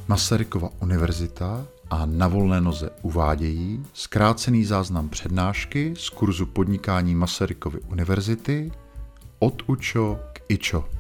Masarykova univerzita a Na volné noze uvádějí zkrácený záznam přednášky z kurzu podnikání Masarykovy univerzity Od učo k ičo.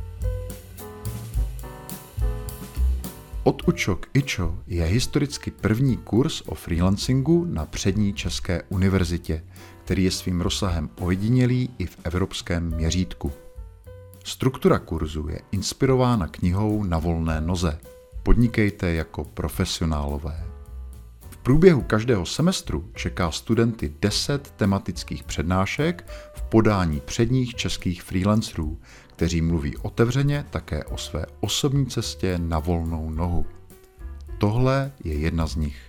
Od učo k ičo je historicky první kurz o freelancingu na přední české univerzitě, který je svým rozsahem ojedinělý i v evropském měřítku. Struktura kurzu je inspirována knihou Na volné noze. Podnikejte jako profesionálové. V průběhu každého semestru čeká studenty 10 tematických přednášek v podání předních českých freelancerů, kteří mluví otevřeně také o své osobní cestě na volnou nohu. Tohle je jedna z nich.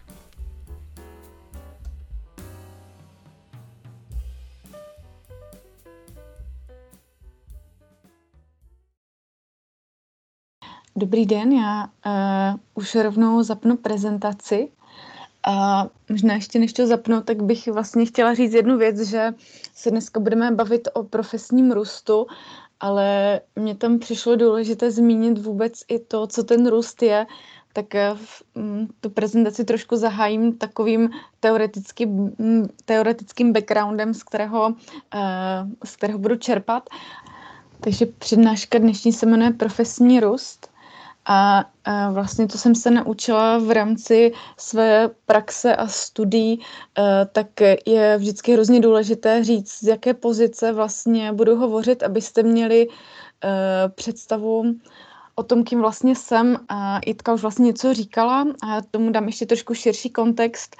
Dobrý den, já už rovnou zapnu prezentaci. A možná ještě než to zapnu, tak bych vlastně chtěla říct jednu věc, že se dneska budeme bavit o profesním růstu, ale mně tam přišlo důležité zmínit vůbec i to, co ten růst je, tak tu prezentaci trošku zahájím takovým teoretickým backgroundem, z kterého budu čerpat. Takže přednáška dnešní se jmenuje Profesní růst. A vlastně to jsem se naučila v rámci své praxe a studií, tak je vždycky hrozně důležité říct, z jaké pozice vlastně budu hovořit, abyste měli představu o tom, kým vlastně jsem. A Jitka už vlastně něco říkala a tomu dám ještě trošku širší kontext,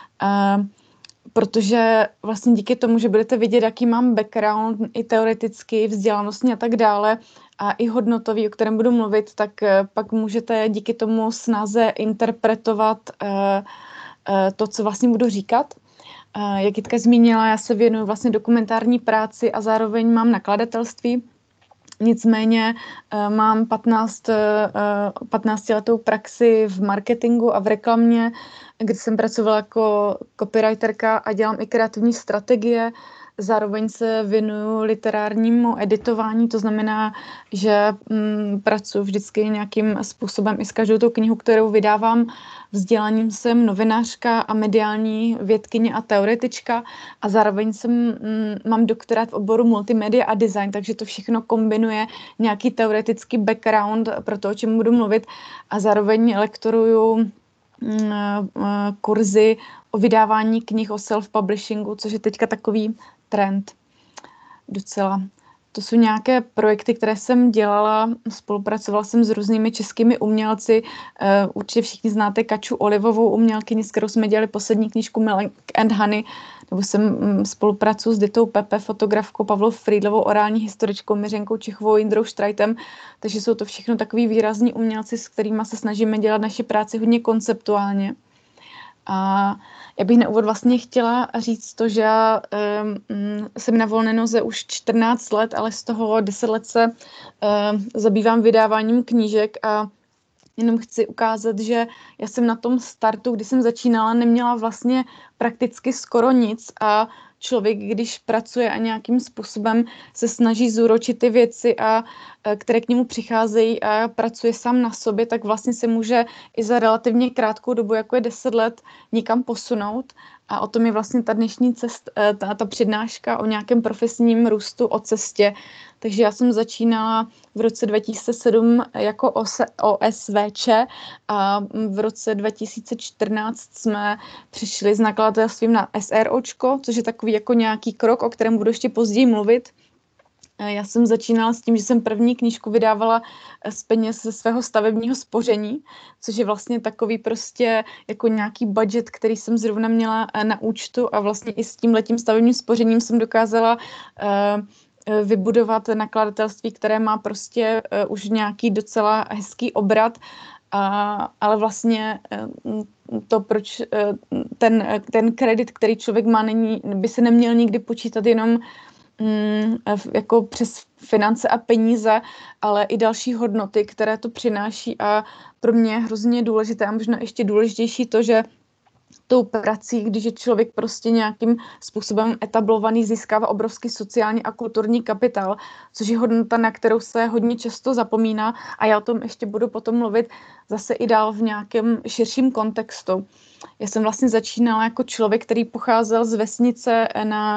protože vlastně díky tomu, že budete vidět, jaký mám background, i teoreticky, vzdělanostní a tak dále, a i hodnotový, o kterém budu mluvit, tak pak můžete díky tomu snáze interpretovat to, co vlastně budu říkat. Jak Jitka zmínila, já se věnuju vlastně dokumentární práci a zároveň mám nakladatelství. Nicméně mám 15letou praxi v marketingu a v reklamě, kdy jsem pracovala jako copywriterka a dělám i kreativní strategie. Zároveň se věnuju literárnímu editování, to znamená, že pracuji vždycky nějakým způsobem i s každou tou knihu, kterou vydávám. Vzděláním jsem novinářka a mediální vědkyně a teoretička a zároveň mám doktorát v oboru multimédia a design, takže to všechno kombinuje nějaký teoretický background pro to, o čem budu mluvit, a zároveň lektoruju kurzy o vydávání knih, o self-publishingu, což je teďka takový trend docela. To jsou nějaké projekty, které jsem dělala, spolupracovala jsem s různými českými umělci, určitě všichni znáte Kaču Olivovou, umělkyni, s kterou jsme dělali poslední knížku Milk and Honey, nebo jsem spolupracuji s Ditou Pepe, fotografkou, Pavlou Frýdlovou, orální historičkou, Miřenkou Čichovou, Jindrou Štrajtem, takže jsou to všechno takový výrazní umělci, s kterými se snažíme dělat naši práci hodně konceptuálně. A já bych na úvod vlastně chtěla říct to, že já jsem na volné noze už 14 let, ale z toho 10 let se zabývám vydáváním knížek a jenom chci ukázat, že já jsem na tom startu, kdy jsem začínala, neměla vlastně prakticky skoro nic a člověk, když pracuje a nějakým způsobem se snaží zúročit ty věci, které k němu přicházejí a pracuje sám na sobě, tak vlastně se může i za relativně krátkou dobu, jako je 10 let, někam posunout. A o tom je vlastně ta dnešní ta přednáška o nějakém profesním růstu, o cestě. Takže já jsem začínala v roce 2007 jako OSVČ a v roce 2014 jsme přišli s nakladatelstvím na SROčko, což je takový jako nějaký krok, o kterém budu ještě později mluvit. Já jsem začínala s tím, že jsem první knížku vydávala z peněz ze svého stavebního spoření, což je vlastně takový prostě jako nějaký budget, který jsem zrovna měla na účtu, a vlastně i s tímhletím stavebním spořením jsem dokázala vybudovat nakladatelství, které má prostě už nějaký docela hezký obrat, ale vlastně to, proč ten kredit, který člověk má, by se neměl nikdy počítat jenom jako přes finance a peníze, ale i další hodnoty, které to přináší, a pro mě je hrozně důležité a možná ještě důležitější to, že tou prací, když je člověk prostě nějakým způsobem etablovaný, získává obrovský sociální a kulturní kapitál, což je hodnota, na kterou se hodně často zapomíná a já o tom ještě budu potom mluvit zase i dál v nějakém širším kontextu. Já jsem vlastně začínala jako člověk, který pocházel z vesnice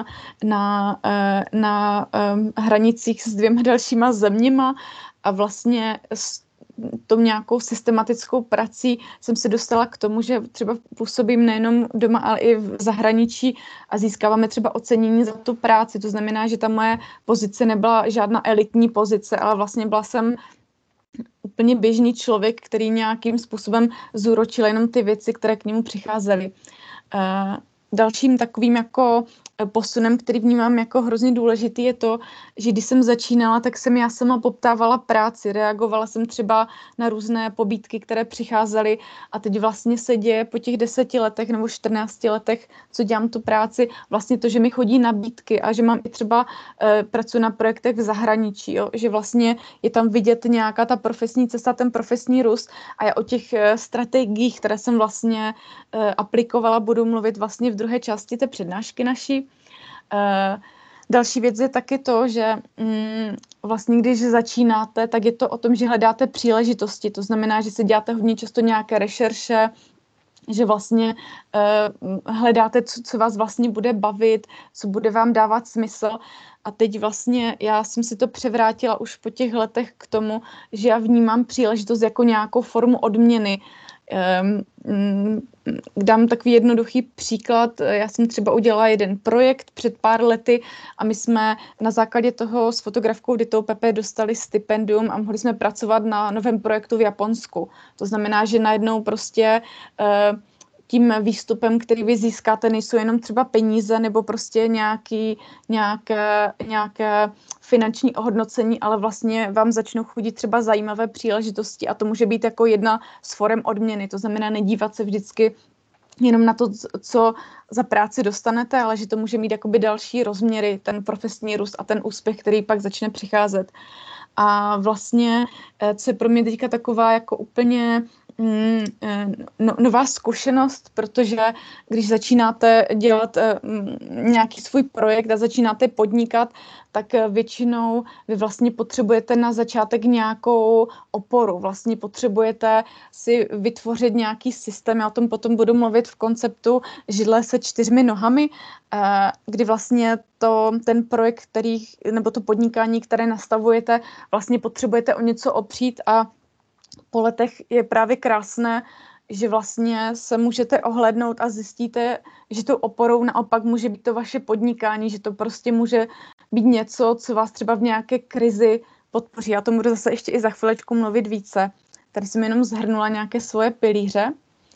na hranicích s 2 dalšíma zeměma a vlastně tou nějakou systematickou prací jsem se dostala k tomu, že třeba působím nejenom doma, ale i v zahraničí a získáváme třeba ocenění za tu práci. To znamená, že ta moje pozice nebyla žádná elitní pozice, ale vlastně byla jsem úplně běžný člověk, který nějakým způsobem zúročil jenom ty věci, které k němu přicházely. Dalším takovým jako posunem, který vnímám jako hrozně důležitý, je to, že když jsem začínala, tak jsem já sama poptávala práci, reagovala jsem třeba na různé pobídky, které přicházely a teď vlastně se děje po těch 10 letech nebo 14 letech, co dělám tu práci, vlastně to, že mi chodí nabídky a že mám i třeba pracuji na projektech v zahraničí, jo, že vlastně je tam vidět nějaká ta profesní cesta, ten profesní růst a já o těch strategiích, které jsem vlastně aplikovala, budu mluvit vlastně v druhé části té přednášky naší. Další věc je taky to, že vlastně když začínáte, tak je to o tom, že hledáte příležitosti. To znamená, že si děláte hodně často nějaké rešerše, že vlastně hledáte, co vás vlastně bude bavit, co bude vám dávat smysl. A teď vlastně já jsem si to převrátila už po těch letech k tomu, že já vnímám příležitost jako nějakou formu odměny. Dám takový jednoduchý příklad. Já jsem třeba udělala jeden projekt před pár lety a my jsme na základě toho s fotografkou Ditou Pepe dostali stipendium a mohli jsme pracovat na novém projektu v Japonsku. To znamená, že najednou prostě tím výstupem, který vy získáte, nejsou jenom třeba peníze nebo prostě nějaké finanční ohodnocení, ale vlastně vám začnou chodit třeba zajímavé příležitosti a to může být jako jedna z forem odměny. To znamená nedívat se vždycky jenom na to, co za práci dostanete, ale že to může mít jakoby další rozměry, ten profesní růst a ten úspěch, který pak začne přicházet. A vlastně, co je pro mě teďka taková jako úplně nová zkušenost, protože když začínáte dělat nějaký svůj projekt a začínáte podnikat, tak většinou vy vlastně potřebujete na začátek nějakou oporu. Vlastně potřebujete si vytvořit nějaký systém. Já o tom potom budu mluvit v konceptu židle se 4 nohami, kdy vlastně ten projekt, nebo to podnikání, které nastavujete, vlastně potřebujete o něco opřít a po letech je právě krásné, že vlastně se můžete ohlédnout a zjistíte, že tou oporou naopak může být to vaše podnikání, že to prostě může být něco, co vás třeba v nějaké krizi podpoří. Já tomu budu zase ještě i za chvilečku mluvit více. Tady jsem jenom shrnula nějaké svoje pilíře.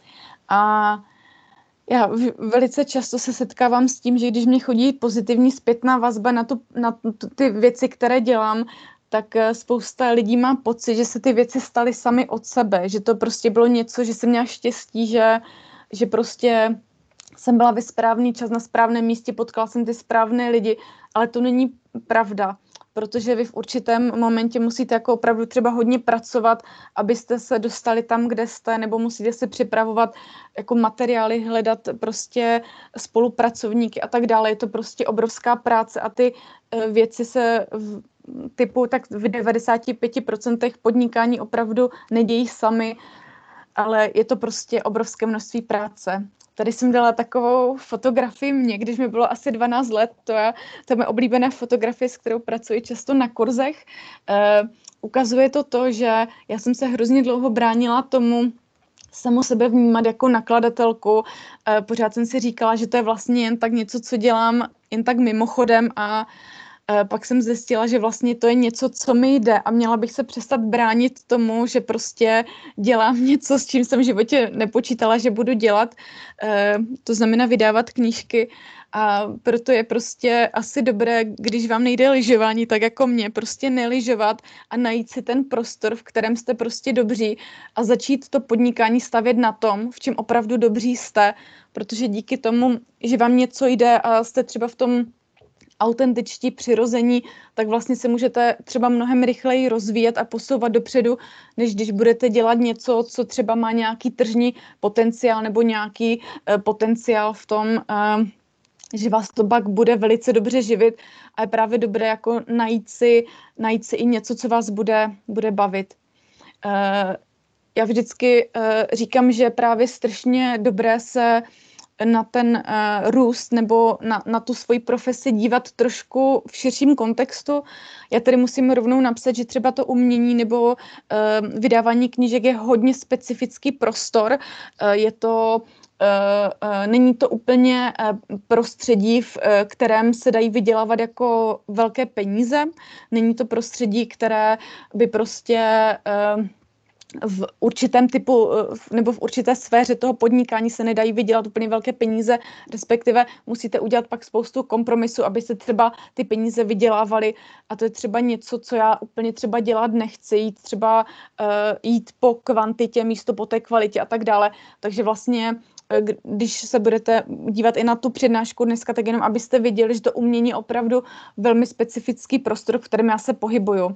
A já velice často se setkávám s tím, že když mě chodí pozitivní zpětná vazba na ty věci, které dělám, tak spousta lidí má pocit, že se ty věci staly samy od sebe, že to prostě bylo něco, že jsem měla štěstí, že prostě jsem byla ve správný čas na správném místě, potkala jsem ty správné lidi, ale to není pravda, protože vy v určitém momentě musíte jako opravdu třeba hodně pracovat, abyste se dostali tam, kde jste, nebo musíte se připravovat jako materiály, hledat prostě spolupracovníky a tak dále. Je to prostě obrovská práce a ty věci se typu tak v 95% podnikání opravdu nedějí sami, ale je to prostě obrovské množství práce. Tady jsem dala takovou fotografii mě, když mi bylo asi 12 let, to je moje oblíbená fotografie, s kterou pracuji často na kurzech. Ukazuje to, že já jsem se hrozně dlouho bránila tomu samu sebe vnímat jako nakladatelku. Pořád jsem si říkala, že to je vlastně jen tak něco, co dělám jen tak mimochodem a pak jsem zjistila, že vlastně to je něco, co mi jde a měla bych se přestat bránit tomu, že prostě dělám něco, s čím jsem v životě nepočítala, že budu dělat. To znamená vydávat knížky a proto je prostě asi dobré, když vám nejde lyžování, tak jako mě, prostě nelyžovat a najít si ten prostor, v kterém jste prostě dobří a začít to podnikání stavět na tom, v čem opravdu dobří jste, protože díky tomu, že vám něco jde a jste třeba v tom autentičtí, přirození, tak vlastně se můžete třeba mnohem rychleji rozvíjet a posouvat dopředu, než když budete dělat něco, co třeba má nějaký tržní potenciál nebo nějaký potenciál v tom, že vás to pak bude velice dobře živit a je právě dobré jako najít si i něco, co vás bude bavit. Já vždycky říkám, že je právě strašně dobré se na ten růst nebo na tu svoji profesi dívat trošku v širším kontextu. Já tady musím rovnou napsat, že třeba to umění nebo vydávání knížek je hodně specifický prostor. Není to úplně prostředí, v kterém se dají vydělávat jako velké peníze. Není to prostředí, které by prostě v určitém typu nebo v určité sféře toho podnikání se nedají vydělat úplně velké peníze, respektive musíte udělat pak spoustu kompromisů, aby se třeba ty peníze vydělávaly a to je třeba něco, co já úplně třeba dělat nechci, jít po kvantitě místo po té kvalitě a tak dále. Takže vlastně když se budete dívat i na tu přednášku dneska, tak jenom abyste viděli, že to umění je opravdu velmi specifický prostor, v kterém já se pohybuju.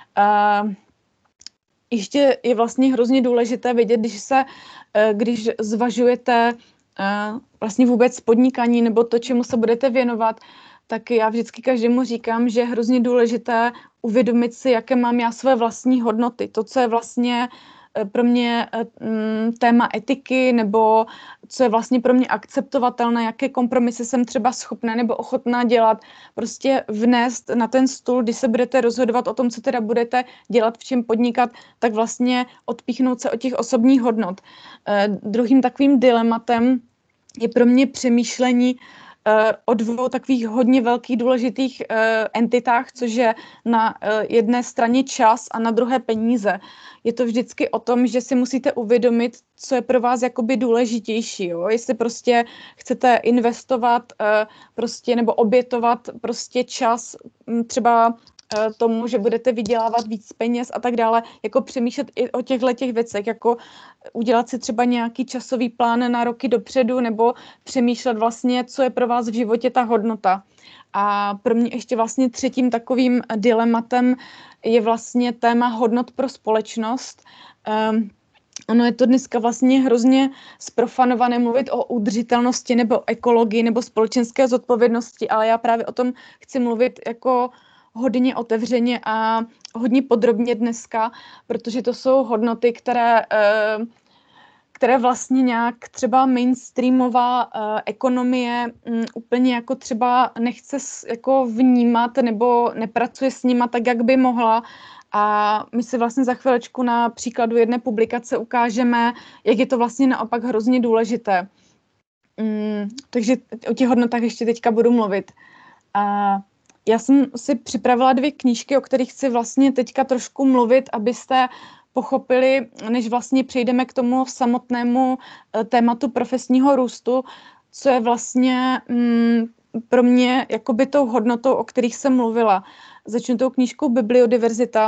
Ještě je vlastně hrozně důležité vědět, když zvažujete vlastně vůbec podnikání nebo to, čemu se budete věnovat, tak já vždycky každému říkám, že je hrozně důležité uvědomit si, jaké mám já své vlastní hodnoty. To, co je vlastně pro mě téma etiky, nebo co je vlastně pro mě akceptovatelné, jaké kompromisy jsem třeba schopná nebo ochotná dělat, prostě vnést na ten stůl, když se budete rozhodovat o tom, co teda budete dělat, v čem podnikat, tak vlastně odpíchnout se od těch osobních hodnot. Druhým takovým dilematem je pro mě přemýšlení o dvou takových hodně velkých důležitých entitách, což je na jedné straně čas a na druhé peníze. Je to vždycky o tom, že si musíte uvědomit, co je pro vás jakoby důležitější. Jo? Jestli prostě chcete investovat prostě nebo obětovat prostě čas třeba tomu, že budete vydělávat víc peněz a tak dále, jako přemýšlet i o těchto věcech, jako udělat si třeba nějaký časový plán na roky dopředu nebo přemýšlet vlastně, co je pro vás v životě ta hodnota. A pro mě ještě vlastně třetím takovým dilematem je vlastně téma hodnot pro společnost. Ono je to dneska vlastně hrozně zprofanované mluvit o udržitelnosti nebo ekologii nebo společenské zodpovědnosti, ale já právě o tom chci mluvit jako hodně otevřeně a hodně podrobně dneska, protože to jsou hodnoty, které vlastně nějak třeba mainstreamová ekonomie úplně jako třeba nechce jako vnímat nebo nepracuje s nima tak, jak by mohla. A my si vlastně za chvilečku na příkladu jedné publikace ukážeme, jak je to vlastně naopak hrozně důležité. Takže o těch hodnotách ještě teďka budu mluvit. Já jsem si připravila 2 knížky, o kterých chci vlastně teďka trošku mluvit, abyste pochopili, než vlastně přejdeme k tomu samotnému tématu profesního růstu, co je vlastně pro mě jakoby tou hodnotou, o kterých jsem mluvila. Začnu tou knížkou Bibliodiverzita.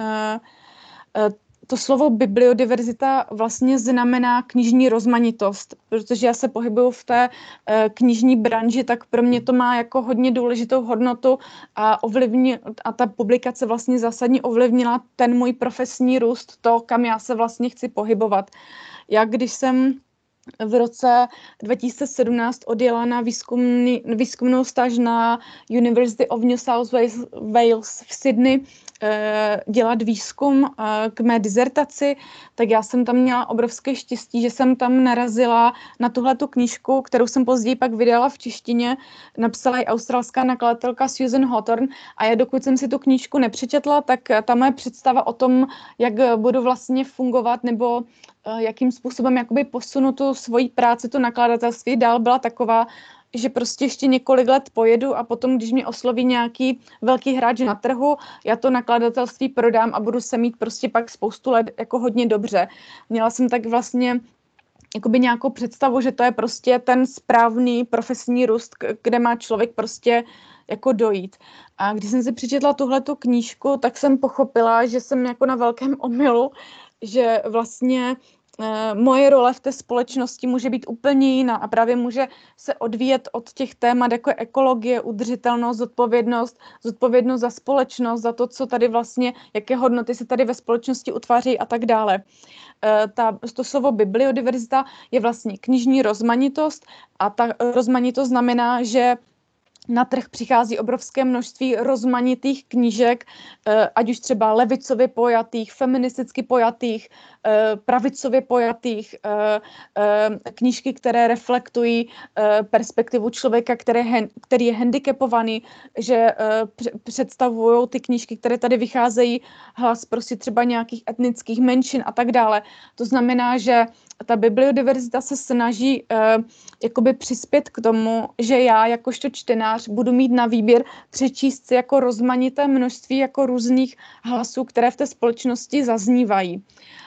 To slovo bibliodiverzita vlastně znamená knižní rozmanitost, protože já se pohybuju v té knižní branži, tak pro mě to má jako hodně důležitou hodnotu a ta publikace vlastně zásadně ovlivnila ten můj profesní růst, to, kam já se vlastně chci pohybovat. Já když jsem v roce 2017 odjela na výzkumnou stáž na University of New South Wales v Sydney dělat výzkum k mé dizertaci, tak já jsem tam měla obrovské štěstí, že jsem tam narazila na tuhletu knížku, kterou jsem později pak vydala v češtině, napsala ji australská nakladatelka Susan Hawthorne a já dokud jsem si tu knížku nepřečetla, tak ta moje představa o tom, jak budu vlastně fungovat nebo jakým způsobem jakoby posunu tu svoji práci, to nakladatelství dál byla taková, že prostě ještě několik let pojedu a potom, když mě osloví nějaký velký hráč na trhu, já to nakladatelství prodám a budu se mít prostě pak spoustu let jako hodně dobře. Měla jsem tak vlastně jakoby nějakou představu, že to je prostě ten správný profesní růst, kde má člověk prostě jako dojít. A když jsem si přečetla tuhletu knížku, tak jsem pochopila, že jsem jako na velkém omylu, že vlastně moje role v té společnosti může být úplně jiná a právě může se odvíjet od těch témat, jako je ekologie, udržitelnost, zodpovědnost za společnost, za to, co tady vlastně, jaké hodnoty se tady ve společnosti utváří a tak dále. To slovo bibliodiverzita je vlastně knižní rozmanitost a ta rozmanitost znamená, že na trh přichází obrovské množství rozmanitých knížek, ať už třeba levicově pojatých, feministicky pojatých, pravicově pojatých, knížky, které reflektují perspektivu člověka, který je handicapovaný, že představují ty knížky, které tady vycházejí, hlas prostě třeba nějakých etnických menšin a tak dále. To znamená, že ta bibliodiverzita se snaží jakoby přispět k tomu, že já jakožto čtenář budu mít na výběr přečíst si jako rozmanité množství jako různých hlasů, které v té společnosti zaznívají.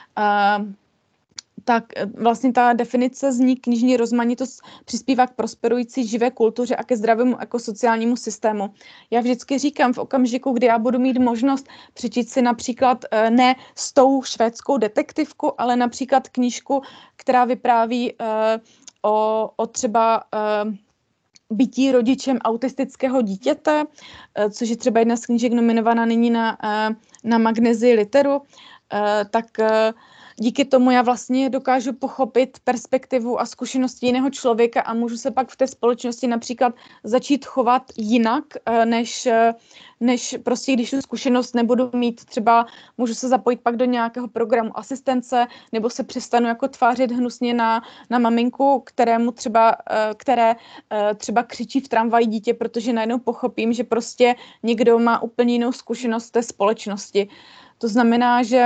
Tak vlastně ta definice zní: knižní rozmanitost přispívá k prosperující živé kultuře a ke zdravému ekosociálnímu systému. Já vždycky říkám, v okamžiku, kdy já budu mít možnost přečíst si například ne s tou švédskou detektivku, ale například knížku, která vypráví o třeba bytí rodičem autistického dítěte, což je třeba jedna z knížek nominovaná nyní na Magnesii Literu, tak díky tomu já vlastně dokážu pochopit perspektivu a zkušenosti jiného člověka a můžu se pak v té společnosti například začít chovat jinak, než prostě když tu zkušenost nebudu mít. Třeba můžu se zapojit pak do nějakého programu asistence, nebo se přestanu jako tvářit hnusně na maminku, které třeba křičí v tramvaji dítě, protože najednou pochopím, že prostě někdo má úplně jinou zkušenost v té společnosti. To znamená, že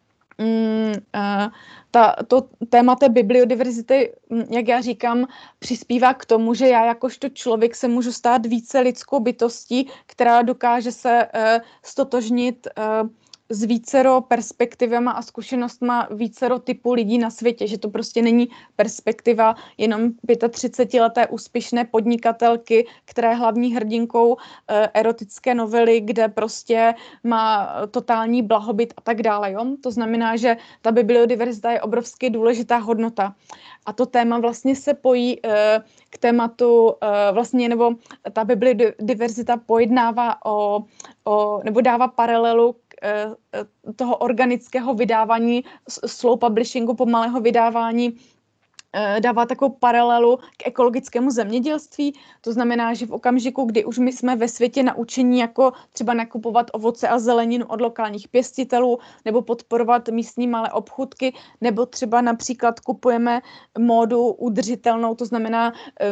to téma té bibliodiverzity, jak já říkám, přispívá k tomu, že já jakožto člověk se můžu stát více lidskou bytostí, která dokáže se stotožnit s vícero perspektivama a zkušenostma vícero typů lidí na světě, že to prostě není perspektiva jenom 35leté úspěšné podnikatelky, která je hlavní hrdinkou erotické novely, kde prostě má totální blahobyt a tak dále. Jo? To znamená, že ta bibliodiverzita je obrovsky důležitá hodnota. A to téma vlastně se pojí k tématu vlastně, nebo ta bibliodiverzita pojednává nebo dává paralelu toho organického vydávání, slow publishingu, pomalého vydávání, dává takovou paralelu k ekologickému zemědělství. To znamená, že v okamžiku, kdy už my jsme ve světě naučení jako třeba nakupovat ovoce a zeleninu od lokálních pěstitelů nebo podporovat místní malé obchůdky, nebo třeba například kupujeme módu udržitelnou, to znamená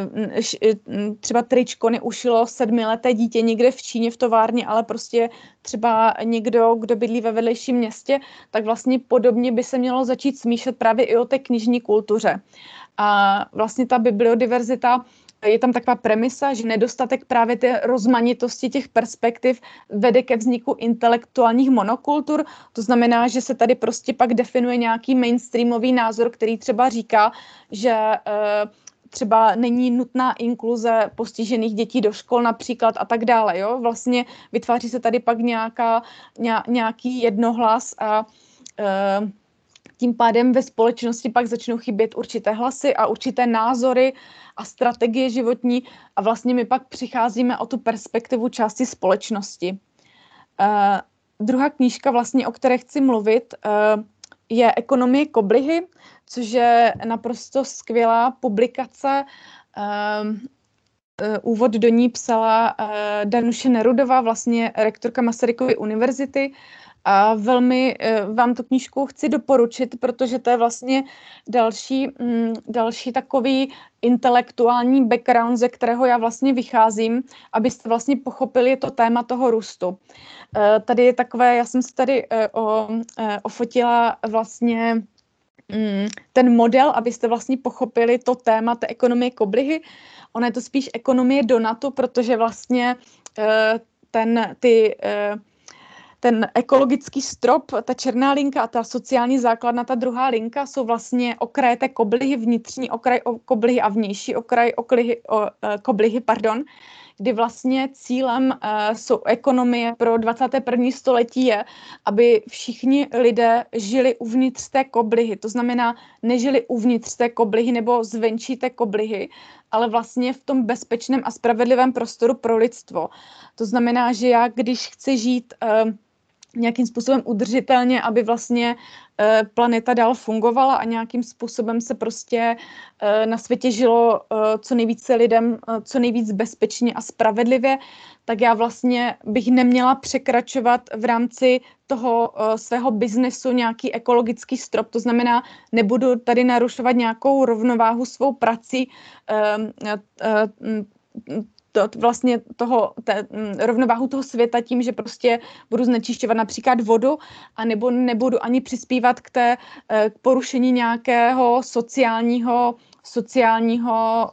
třeba tričko neušilo 7leté dítě někde v Číně v továrně, ale prostě třeba někdo, kdo bydlí ve vedlejším městě, tak vlastně podobně by se mělo začít smýšlet právě i o té knižní kultuře. A vlastně ta bibliodiverzita, je tam taková premisa, že nedostatek právě té rozmanitosti těch perspektiv vede ke vzniku intelektuálních monokultur. To znamená, že se tady prostě pak definuje nějaký mainstreamový názor, který třeba říká, že třeba není nutná inkluze postižených dětí do škol například a tak dále. Jo? Vlastně vytváří se tady pak nějaký jednohlas a tím pádem ve společnosti pak začnou chybět určité hlasy a určité názory a strategie životní a vlastně my pak přicházíme o tu perspektivu části společnosti. Druhá knížka, vlastně, o které chci mluvit, je Ekonomie koblihy, což je naprosto skvělá publikace. Úvod do ní psala Danuše Nerudová, vlastně rektorka Masarykovy univerzity. A velmi vám tu knížku chci doporučit, protože to je vlastně další takový intelektuální background, ze kterého já vlastně vycházím, abyste vlastně pochopili to téma toho růstu. Tady je takové, já jsem si tady ofotila vlastně ten model, abyste vlastně pochopili to téma té ekonomie koblihy. Ona je to spíš ekonomie donatu, protože vlastně ten ekologický strop, ta černá linka a ta sociální základna, ta druhá linka, jsou vlastně okraje té koblihy, vnitřní okraj koblihy a vnější okraj koblihy, kdy vlastně cílem ekonomie pro 21. století je, aby všichni lidé žili uvnitř té koblihy. To znamená, nežili uvnitř té koblihy nebo zvenčí té koblihy, ale vlastně v tom bezpečném a spravedlivém prostoru pro lidstvo. To znamená, že já, když chci žít nějakým způsobem udržitelně, aby vlastně planeta dál fungovala a nějakým způsobem se prostě na světě žilo co nejvíce lidem, co nejvíc bezpečně a spravedlivě, tak já vlastně bych neměla překračovat v rámci toho svého biznesu nějaký ekologický strop. To znamená, nebudu tady narušovat nějakou rovnováhu svou prací, rovnováhu toho světa tím, že prostě budu znečišťovat například vodu, a nebo nebudu ani přispívat k porušení nějakého sociálního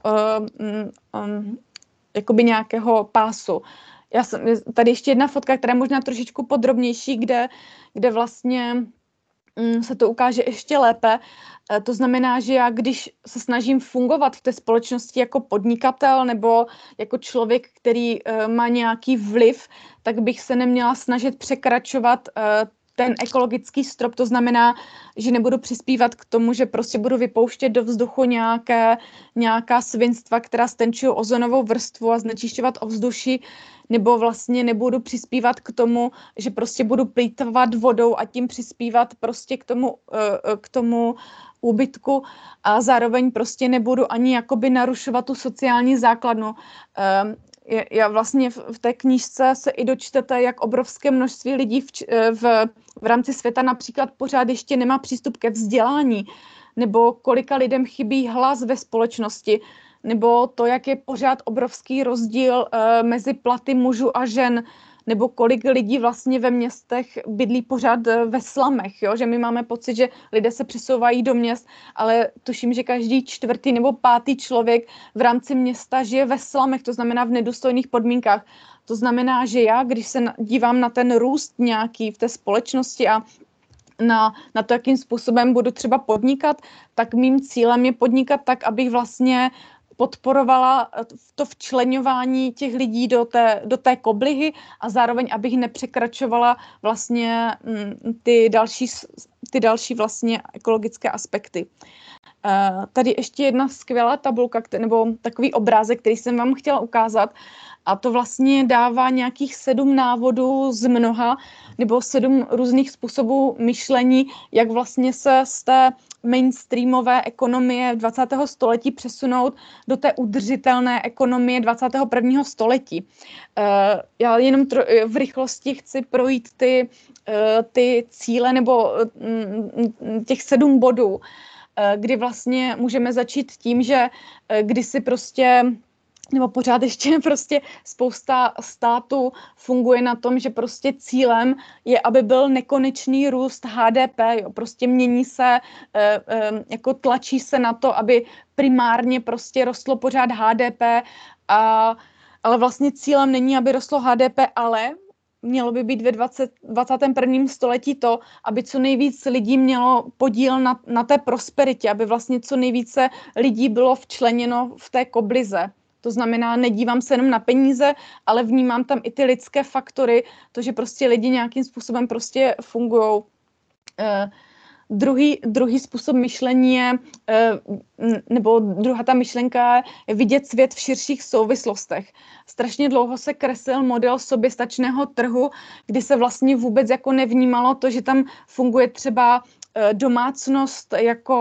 jakoby nějakého pásu. Tady ještě jedna fotka, která je možná trošičku podrobnější, kde vlastně se to ukáže ještě lépe. To znamená, že já, když se snažím fungovat v té společnosti jako podnikatel nebo jako člověk, který má nějaký vliv, tak bych se neměla snažit překračovat ten ekologický strop. To znamená, že nebudu přispívat k tomu, že prostě budu vypouštět do vzduchu nějaká svinstva, která stenčují ozonovou vrstvu a znečišťovat ovzduší, nebo vlastně nebudu přispívat k tomu, že prostě budu plýtvat vodou a tím přispívat prostě k tomu úbytku, a zároveň prostě nebudu ani jakoby narušovat tu sociální základnu. Já vlastně v té knížce se i dočtete, jak obrovské množství lidí v rámci světa například pořád ještě nemá přístup ke vzdělání, nebo kolika lidem chybí hlas ve společnosti, nebo to, jak je pořád obrovský rozdíl mezi platy mužů a žen, nebo kolik lidí vlastně ve městech bydlí pořád ve slamech, jo? Že my máme pocit, že lidé se přesouvají do měst, ale tuším, že každý 4. nebo 5. člověk v rámci města žije ve slamech, to znamená v nedůstojných podmínkách. To znamená, že já, když se dívám na ten růst nějaký v té společnosti a na to, jakým způsobem budu třeba podnikat, tak mým cílem je podnikat tak, abych vlastně podporovala to včleňování těch lidí do té koblihy a zároveň, abych nepřekračovala vlastně ty další vlastně ekologické aspekty. Tady ještě jedna skvělá tabulka, nebo takový obrázek, který jsem vám chtěla ukázat, a to vlastně dává nějakých 7 návodů z mnoha, nebo 7 různých způsobů myšlení, jak vlastně se z té mainstreamové ekonomie 20. století přesunout do té udržitelné ekonomie 21. století. Já jenom v rychlosti chci projít ty cíle nebo těch 7 bodů, kdy vlastně můžeme začít tím, že kdysi prostě nebo pořád ještě prostě spousta států funguje na tom, že prostě cílem je, aby byl nekonečný růst HDP, jo. Prostě mění se, jako tlačí se na to, aby primárně prostě rostlo pořád HDP, ale vlastně cílem není, aby rostlo HDP, ale mělo by být ve 21. století to, aby co nejvíc lidí mělo podíl na té prosperitě, aby vlastně co nejvíce lidí bylo včleněno v té koblize. To znamená, nedívám se jenom na peníze, ale vnímám tam i ty lidské faktory, to, že prostě lidi nějakým způsobem prostě fungujou. Druhý způsob myšlení je, nebo druhá ta myšlenka je vidět svět v širších souvislostech. Strašně dlouho se kreslil model soběstačného trhu, kdy se vlastně vůbec jako nevnímalo to, že tam funguje třeba domácnost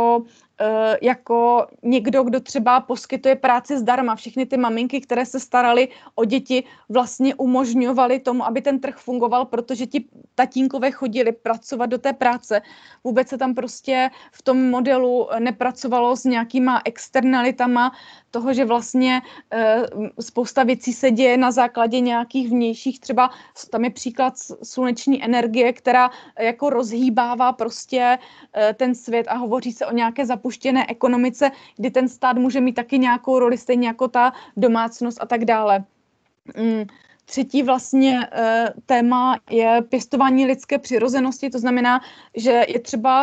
jako někdo, kdo třeba poskytuje práci zdarma. Všechny ty maminky, které se staraly o děti, vlastně umožňovaly tomu, aby ten trh fungoval, protože ti tatínkové chodili pracovat do té práce. Vůbec se tam prostě v tom modelu nepracovalo s nějakýma externalitama toho, že vlastně spousta věcí se děje na základě nějakých vnějších, třeba tam je příklad sluneční energie, která jako rozhýbává prostě ten svět a hovoří se o nějaké zapuštěné ekonomice, kdy ten stát může mít taky nějakou roli, stejně jako ta domácnost a tak dále. Třetí vlastně téma je pěstování lidské přirozenosti, to znamená, že je třeba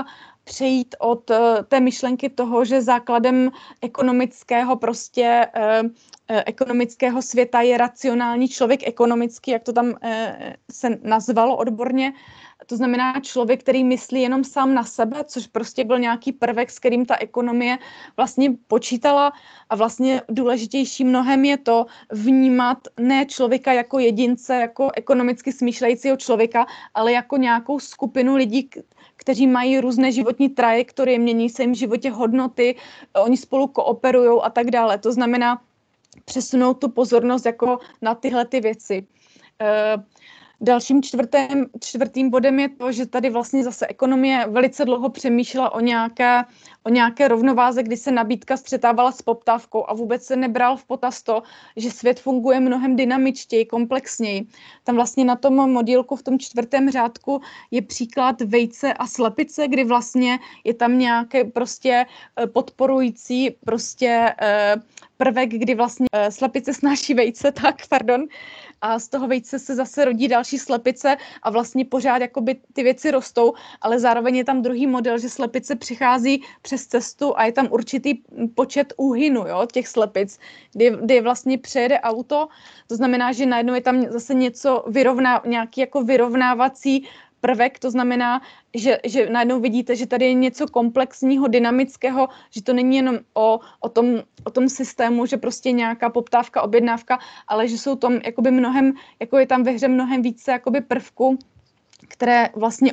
přejít od té myšlenky toho, že základem ekonomického ekonomického světa je racionální člověk ekonomický, jak to tam se nazvalo odborně. To znamená člověk, který myslí jenom sám na sebe, což prostě byl nějaký prvek, s kterým ta ekonomie vlastně počítala, a vlastně důležitější mnohem je to vnímat ne člověka jako jedince, jako ekonomicky smýšlejícího člověka, ale jako nějakou skupinu lidí, kteří mají různé životní trajektorie, mění se jim v životě hodnoty, oni spolu kooperují a tak dále. To znamená přesunout tu pozornost jako na tyhle ty věci. Dalším čtvrtým bodem je to, že tady vlastně zase ekonomie velice dlouho přemýšlela o nějaké rovnováze, kdy se nabídka střetávala s poptávkou a vůbec se nebral v potaz to, že svět funguje mnohem dynamičtěji, komplexněji. Tam vlastně na tom modílku v tom 4. řádku je příklad vejce a slepice, kdy vlastně je tam nějaké prostě podporující prostě prvek, kdy vlastně slepice snáší vejce, a z toho vejce se zase rodí další slepice a vlastně pořád jakoby ty věci rostou, ale zároveň je tam druhý model, že slepice přichází přes cestu a je tam určitý počet úhynu, jo, těch slepic, kdy vlastně přejede auto, to znamená, že najednou je tam zase nějaký jako vyrovnávací prvek, to znamená, že najednou vidíte, že tady je něco komplexního, dynamického, že to není jenom o tom systému, že prostě nějaká poptávka, objednávka, ale že jsou tam jakoby jako je tam ve hře mnohem více jakoby prvků, které vlastně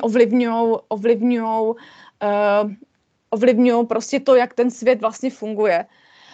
ovlivňují prostě to, jak ten svět vlastně funguje.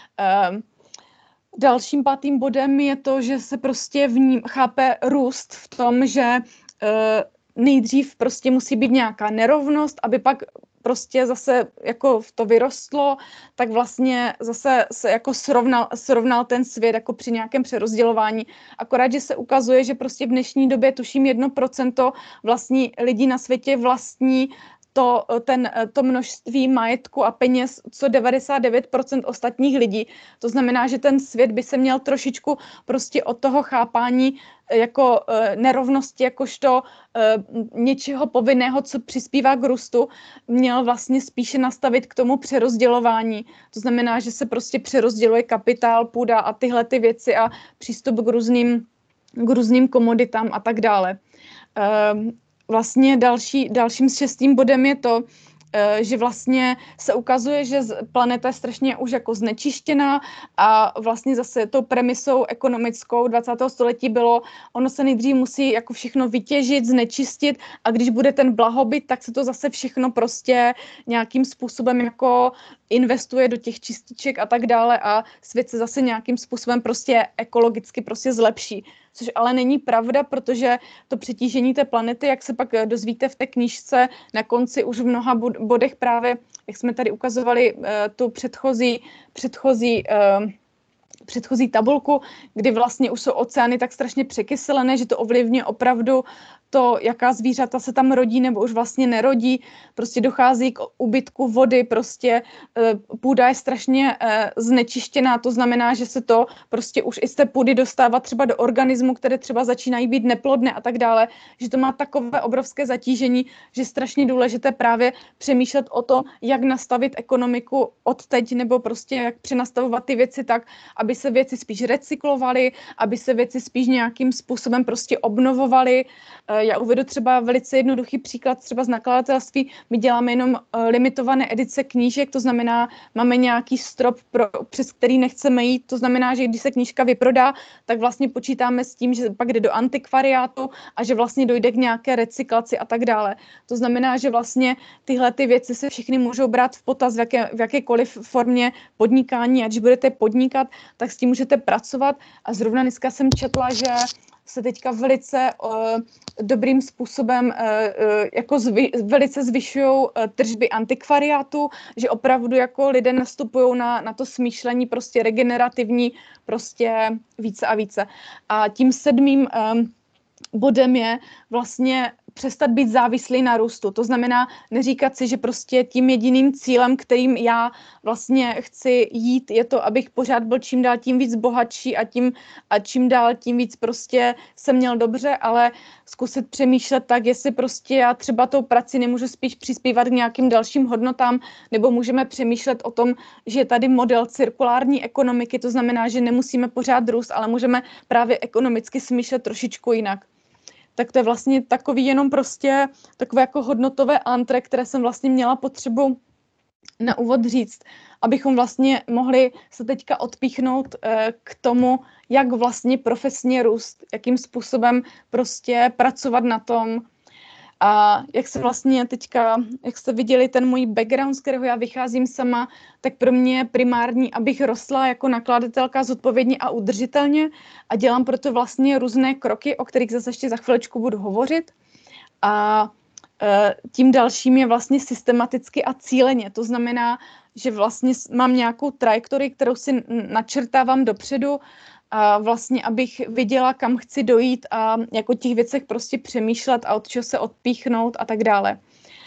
Dalším 5. bodem je to, že se prostě v ním chápe růst v tom, že nejdřív prostě musí být nějaká nerovnost, aby pak prostě zase jako to vyrostlo, tak vlastně zase se jako srovnal ten svět jako při nějakém přerozdělování. Akorát, že se ukazuje, že prostě v dnešní době tuším 1% vlastní lidí na světě vlastní to množství majetku a peněz, co 99% ostatních lidí. To znamená, že ten svět by se měl trošičku prostě od toho chápání jako nerovnosti, jakožto něčeho povinného, co přispívá k růstu, měl vlastně spíše nastavit k tomu přerozdělování. To znamená, že se prostě přerozděluje kapitál, půda a tyhle ty věci a přístup k různým komoditám a tak dále. Vlastně dalším 6. bodem je to, že vlastně se ukazuje, že planeta je strašně už jako znečištěná a vlastně zase tou premisou ekonomickou 20. století bylo, ono se nejdřív musí jako všechno vytěžit, znečistit a když bude ten blahobyt, tak se to zase všechno prostě nějakým způsobem jako investuje do těch čističek a tak dále a svět se zase nějakým způsobem prostě ekologicky prostě zlepší. Což ale není pravda, protože to přetížení té planety, jak se pak dozvíte v té knížce, na konci už v mnoha bodech právě, jak jsme tady ukazovali tu předchozí tabulku, kdy vlastně už jsou oceány tak strašně překyselené, že to ovlivňuje opravdu to, jaká zvířata se tam rodí nebo už vlastně nerodí, prostě dochází k úbytku vody, prostě půda je strašně znečištěná, to znamená, že se to prostě už i z té půdy dostává třeba do organismu, které třeba začínají být neplodné a tak dále, že to má takové obrovské zatížení, že je strašně důležité právě přemýšlet o tom, jak nastavit ekonomiku od teď nebo prostě jak přenastavovat ty věci tak, aby se věci spíš recyklovaly, aby se věci spíš nějakým způsobem prostě obnovovaly. Já uvedu třeba velice jednoduchý příklad třeba z nakladatelství. My děláme jenom limitované edice knížek, to znamená, máme nějaký strop, přes který nechceme jít, to znamená, že když se knížka vyprodá, tak vlastně počítáme s tím, že pak jde do antikvariátu a že vlastně dojde k nějaké recyklaci a tak dále. To znamená, že vlastně tyhle ty věci se všechny můžou brát v potaz v jakékoliv formě podnikání a když budete podnikat, tak s tím můžete pracovat a zrovna dneska jsem četla, že se teďka velice dobrým způsobem jako velice zvyšují tržby antikvariátu, že opravdu jako lidé nastupují na to smýšlení prostě regenerativní prostě více a více. A tím 7. bodem je vlastně přestat být závislý na růstu. To znamená neříkat si, že prostě tím jediným cílem, kterým já vlastně chci jít, je to, abych pořád byl čím dál tím víc bohatší a čím dál tím víc prostě jsem měl dobře, ale zkusit přemýšlet tak, jestli prostě já třeba tou prací nemůžu spíš přispívat k nějakým dalším hodnotám, nebo můžeme přemýšlet o tom, že je tady model cirkulární ekonomiky, to znamená, že nemusíme pořád růst, ale můžeme právě ekonomicky smýšlet trošičku jinak. Tak to je vlastně takový jenom prostě takové jako hodnotové antre, které jsem vlastně měla potřebu na úvod říct, abychom vlastně mohli se teďka odpíchnout k tomu, jak vlastně profesně růst, jakým způsobem prostě pracovat na tom. A jak se vlastně teďka, jak jste viděli ten můj background, z kterého já vycházím sama, tak pro mě je primární, abych rostla jako nakladatelka zodpovědně a udržitelně a dělám proto vlastně různé kroky, o kterých zase ještě za chviličku budu hovořit. A tím dalším je vlastně systematicky a cíleně. To znamená, že vlastně mám nějakou trajektorii, kterou si načrtávám dopředu, a vlastně abych viděla, kam chci dojít a jako těch věcech prostě přemýšlet a od čeho se odpíchnout a tak dále.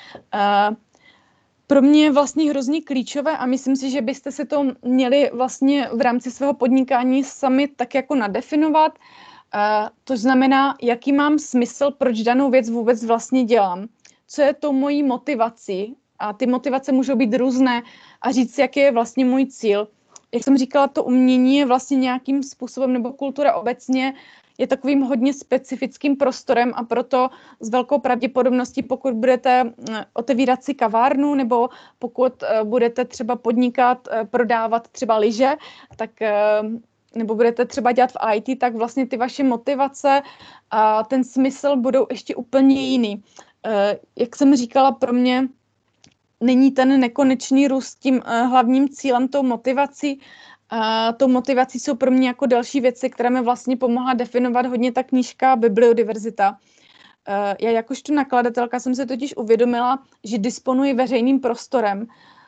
Pro mě je vlastně hrozně klíčové a myslím si, že byste se to měli vlastně v rámci svého podnikání sami tak jako nadefinovat. To znamená, jaký mám smysl, proč danou věc vůbec vlastně dělám. Co je to mojí motivací? A ty motivace můžou být různé a říct, jaký je vlastně můj cíl. Jak jsem říkala, to umění je vlastně nějakým způsobem, nebo kultura obecně je takovým hodně specifickým prostorem a proto s velkou pravděpodobností, pokud budete otevírat si kavárnu nebo pokud budete třeba podnikat, prodávat třeba lyže, tak nebo budete třeba dělat v IT, tak vlastně ty vaše motivace a ten smysl budou ještě úplně jiný. Jak jsem říkala, pro mě není ten nekonečný růst tím hlavním cílem, tou motivací. Tou motivací jsou pro mě jako další věci, které mi vlastně pomohla definovat hodně ta knížka Bibliodiverzita. Já jakožto nakladatelka jsem se totiž uvědomila, že disponuji veřejným prostorem.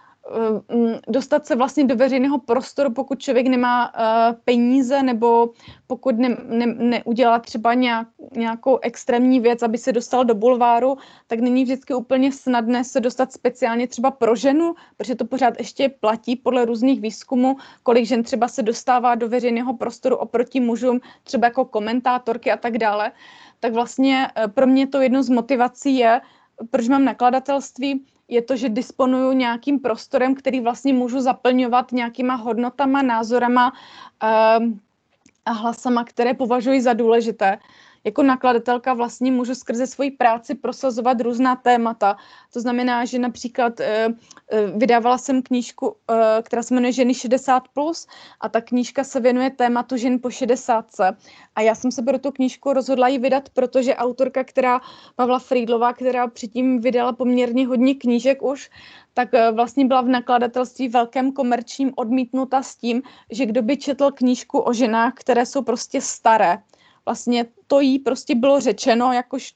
Dostat se vlastně do veřejného prostoru, pokud člověk nemá peníze nebo pokud neudělá třeba nějakou extrémní věc, aby se dostal do bulváru, tak není vždycky úplně snadné se dostat speciálně třeba pro ženu, protože to pořád ještě platí podle různých výzkumů, kolik žen třeba se dostává do veřejného prostoru oproti mužům, třeba jako komentátorky a tak dále. Tak vlastně pro mě to jedno z motivací je, proč mám nakladatelství, je to, že disponuju nějakým prostorem, který vlastně můžu zaplňovat nějakýma hodnotama, názorama a hlasama, které považuji za důležité. Jako nakladatelka vlastně můžu skrze svoji práci prosazovat různá témata. To znamená, že například vydávala jsem knížku, která se jmenuje Ženy 60+, a ta knížka se věnuje tématu žen po 60. A já jsem se pro tu knížku rozhodla ji vydat, protože autorka, Pavla Frýdlová, která předtím vydala poměrně hodně knížek už, tak vlastně byla v nakladatelství velkém komerčním odmítnuta s tím, že kdo by četl knížku o ženách, které jsou prostě staré. Vlastně to jí prostě bylo řečeno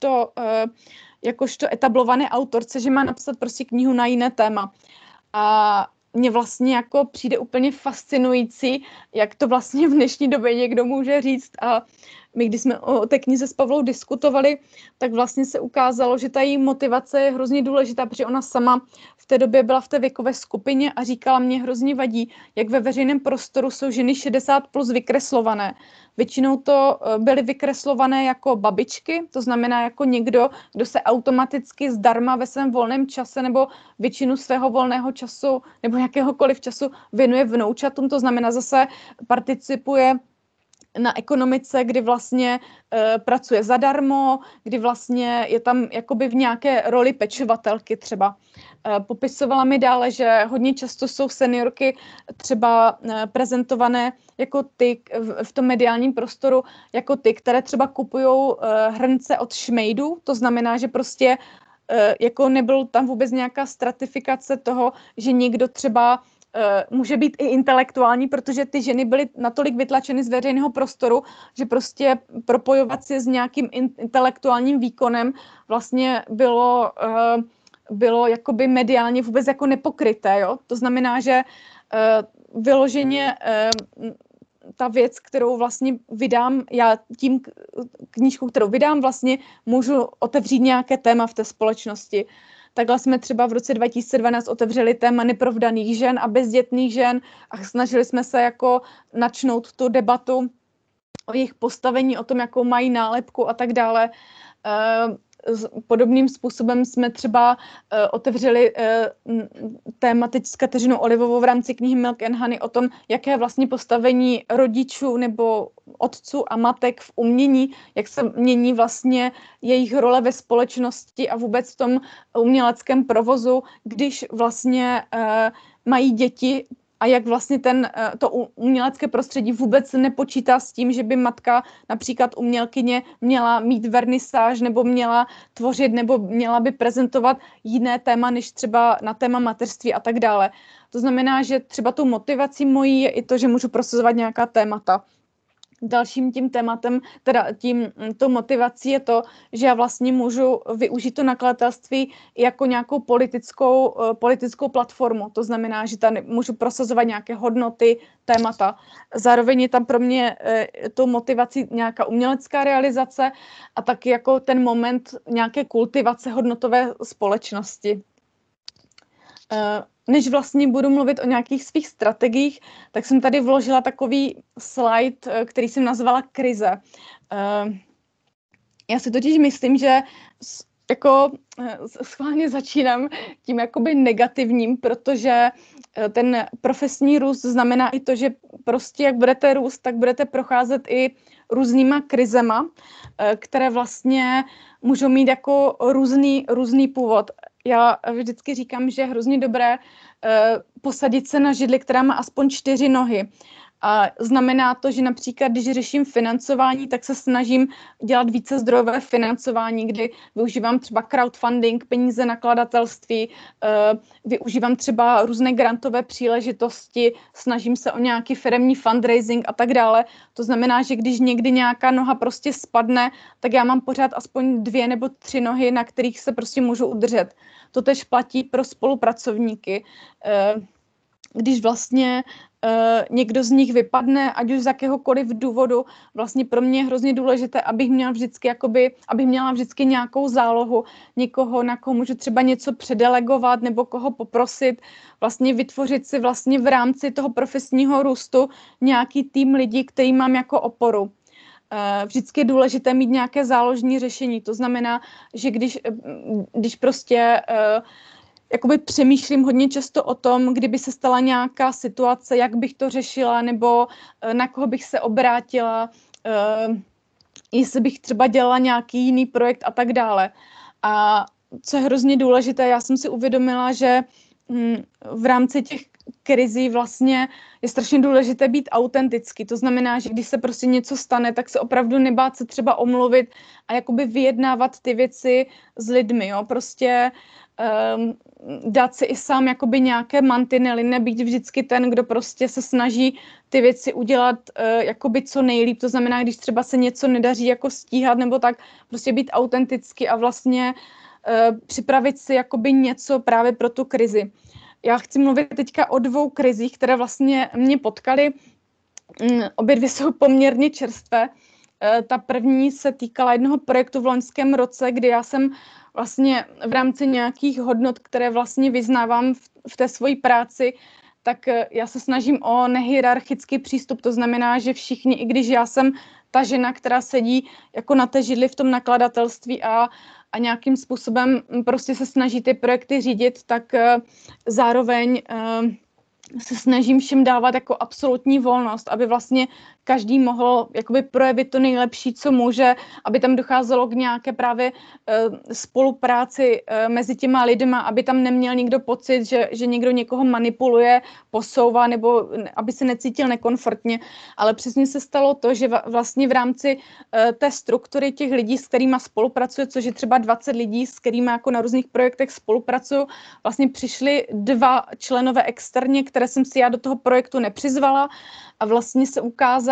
jakožto etablované autorce, že má napsat prostě knihu na jiné téma. A mně vlastně jako přijde úplně fascinující, jak to vlastně v dnešní době někdo může říct. A my, když jsme o té knize s Pavlou diskutovali, tak vlastně se ukázalo, že ta její motivace je hrozně důležitá, protože ona sama v té době byla v té věkové skupině a říkala, mě hrozně vadí, jak ve veřejném prostoru jsou ženy 60+ vykreslované. Většinou to byly vykreslované jako babičky, to znamená jako někdo, kdo se automaticky zdarma ve svém volném čase nebo většinu svého volného času nebo jakéhokoliv času věnuje vnoučatům, to znamená zase participuje na ekonomice, kdy vlastně pracuje zadarmo, kdy vlastně je tam jakoby v nějaké roli pečovatelky třeba. Popisovala mi dále, že hodně často jsou seniorky třeba prezentované jako ty v tom mediálním prostoru, jako ty, které třeba kupují hrnce od šmejdů, to znamená, že prostě jako nebyl tam vůbec nějaká stratifikace toho, že někdo třeba může být i intelektuální, protože ty ženy byly natolik vytlačeny z veřejného prostoru, že prostě propojovat se s nějakým intelektuálním výkonem vlastně bylo jakoby mediálně vůbec jako nepokryté. Jo? To znamená, že vyloženě ta věc, kterou vlastně vydám, já tím knížkou, kterou vydám, vlastně můžu otevřít nějaké téma v té společnosti. Takhle jsme třeba v roce 2012 otevřeli téma neprovdaných žen a bezdětných žen a snažili jsme se jako načnout tu debatu o jejich postavení, o tom, jakou mají nálepku a tak dále. Podobným způsobem jsme třeba otevřeli téma teď s Kateřinou Olivovou v rámci knihy Milk and Honey o tom, jaké je vlastně postavení rodičů nebo otců a matek v umění, jak se mění vlastně jejich role ve společnosti a vůbec v tom uměleckém provozu, když vlastně mají děti, a jak vlastně to umělecké prostředí vůbec nepočítá s tím, že by matka, například umělkyně, měla mít vernisáž nebo měla tvořit nebo měla by prezentovat jiné téma, než třeba na téma mateřství a tak dále. To znamená, že třeba tou motivací mojí je i to, že můžu prosazovat nějaká témata. Dalším tím tématem, teda tou motivací je to, že já vlastně můžu využít to nakladatelství jako nějakou politickou platformu. To znamená, že tam můžu prosazovat nějaké hodnoty, témata. Zároveň je tam pro mě tou motivací nějaká umělecká realizace a taky jako ten moment nějaké kultivace hodnotové společnosti. Než vlastně budu mluvit o nějakých svých strategiích, tak jsem tady vložila takový slide, který jsem nazvala krize. Já si totiž myslím, že jako schválně začínám tím jakoby negativním, protože ten profesní růst znamená i to, že prostě jak budete růst, tak budete procházet i různýma krizema, které vlastně můžou mít jako různý původ. Já vždycky říkám, že je hrozně dobré posadit se na židli, která má aspoň 4 nohy. A znamená to, že například, když řeším financování, tak se snažím dělat více zdrojové financování, kdy využívám třeba crowdfunding, peníze nakladatelství, využívám třeba různé grantové příležitosti, snažím se o nějaký firemní fundraising a tak dále. To znamená, že když někdy nějaká noha prostě spadne, tak já mám pořád aspoň 2 nebo 3 nohy, na kterých se prostě můžu udržet. To tež platí pro spolupracovníky. Když vlastně někdo z nich vypadne, ať už z jakéhokoliv důvodu, vlastně pro mě je hrozně důležité, abych měla vždycky nějakou zálohu, někoho, na koho můžu třeba něco předelegovat nebo koho poprosit, vlastně vytvořit si vlastně v rámci toho profesního růstu nějaký tým lidí, který mám jako oporu. Vždycky je důležité mít nějaké záložní řešení. To znamená, že když prostě jakoby přemýšlím hodně často o tom, kdyby se stala nějaká situace, jak bych to řešila, nebo na koho bych se obrátila, jestli bych třeba dělala nějaký jiný projekt a tak dále. A co je hrozně důležité, já jsem si uvědomila, že v rámci těch krizí vlastně je strašně důležité být autentický. To znamená, že když se prostě něco stane, tak se opravdu nebát se třeba omluvit a jakoby vyjednávat ty věci s lidmi, jo. Prostě dát si i sám jakoby nějaké mantinely, nebýt vždycky ten, kdo prostě se snaží ty věci udělat jakoby co nejlíp. To znamená, když třeba se něco nedaří jako stíhat nebo tak, prostě být autentický a vlastně připravit si jakoby něco právě pro tu krizi. Já chci mluvit teďka o 2 krizích, které vlastně mě potkaly. Obě 2 jsou poměrně čerstvé. Ta první se týkala jednoho projektu v loňském roce, kdy já jsem vlastně v rámci nějakých hodnot, které vlastně vyznávám v té svojí práci, tak já se snažím o nehierarchický přístup. To znamená, že všichni, i když já jsem ta žena, která sedí jako na té židli v tom nakladatelství a nějakým způsobem prostě se snaží ty projekty řídit, tak zároveň se snažím všem dávat jako absolutní volnost, aby vlastně každý mohl jakoby projevit to nejlepší, co může, aby tam docházelo k nějaké právě spolupráci mezi těma lidma, aby tam neměl nikdo pocit, že někdo někoho manipuluje, posouvá, nebo aby se necítil nekomfortně. Ale přesně se stalo to, že vlastně v rámci té struktury těch lidí, s kterými spolupracuje, což je třeba 20 lidí, s kterými jako na různých projektech spolupracuju, vlastně přišli 2 členové externě, které jsem si já do toho projektu nepřizvala, a vlastně se ukázalo,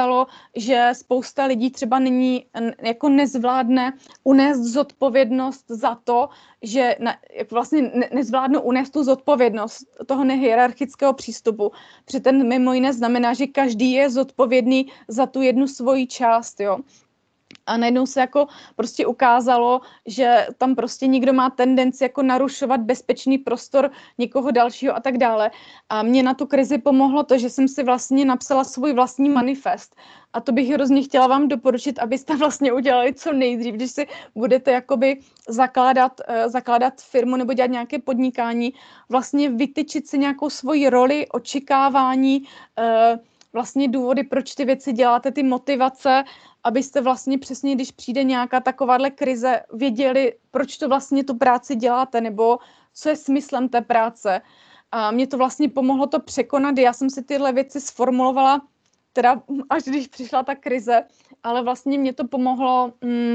ukázalo, že spousta lidí třeba jako nezvládne unést zodpovědnost za to, že vlastně nezvládnou unést tu zodpovědnost toho nehierarchického přístupu. Protože ten mimo jiné znamená, že každý je zodpovědný za tu jednu svoji část, jo. A najednou se jako prostě ukázalo, že tam prostě někdo má tendenci jako narušovat bezpečný prostor někoho dalšího a tak dále. A mě na tu krizi pomohlo to, že jsem si vlastně napsala svůj vlastní manifest. A to bych hrozně chtěla vám doporučit, abyste vlastně udělali co nejdřív, když si budete jakoby zakládat firmu nebo dělat nějaké podnikání, vlastně vytyčit si nějakou svoji roli, očekávání, vlastně důvody, proč ty věci děláte, ty motivace, abyste vlastně přesně, když přijde nějaká takováhle krize, věděli, proč to vlastně tu práci děláte, nebo co je smyslem té práce. A mě to vlastně pomohlo to překonat. Já jsem si tyhle věci sformulovala, teda až když přišla ta krize, ale vlastně mě to pomohlo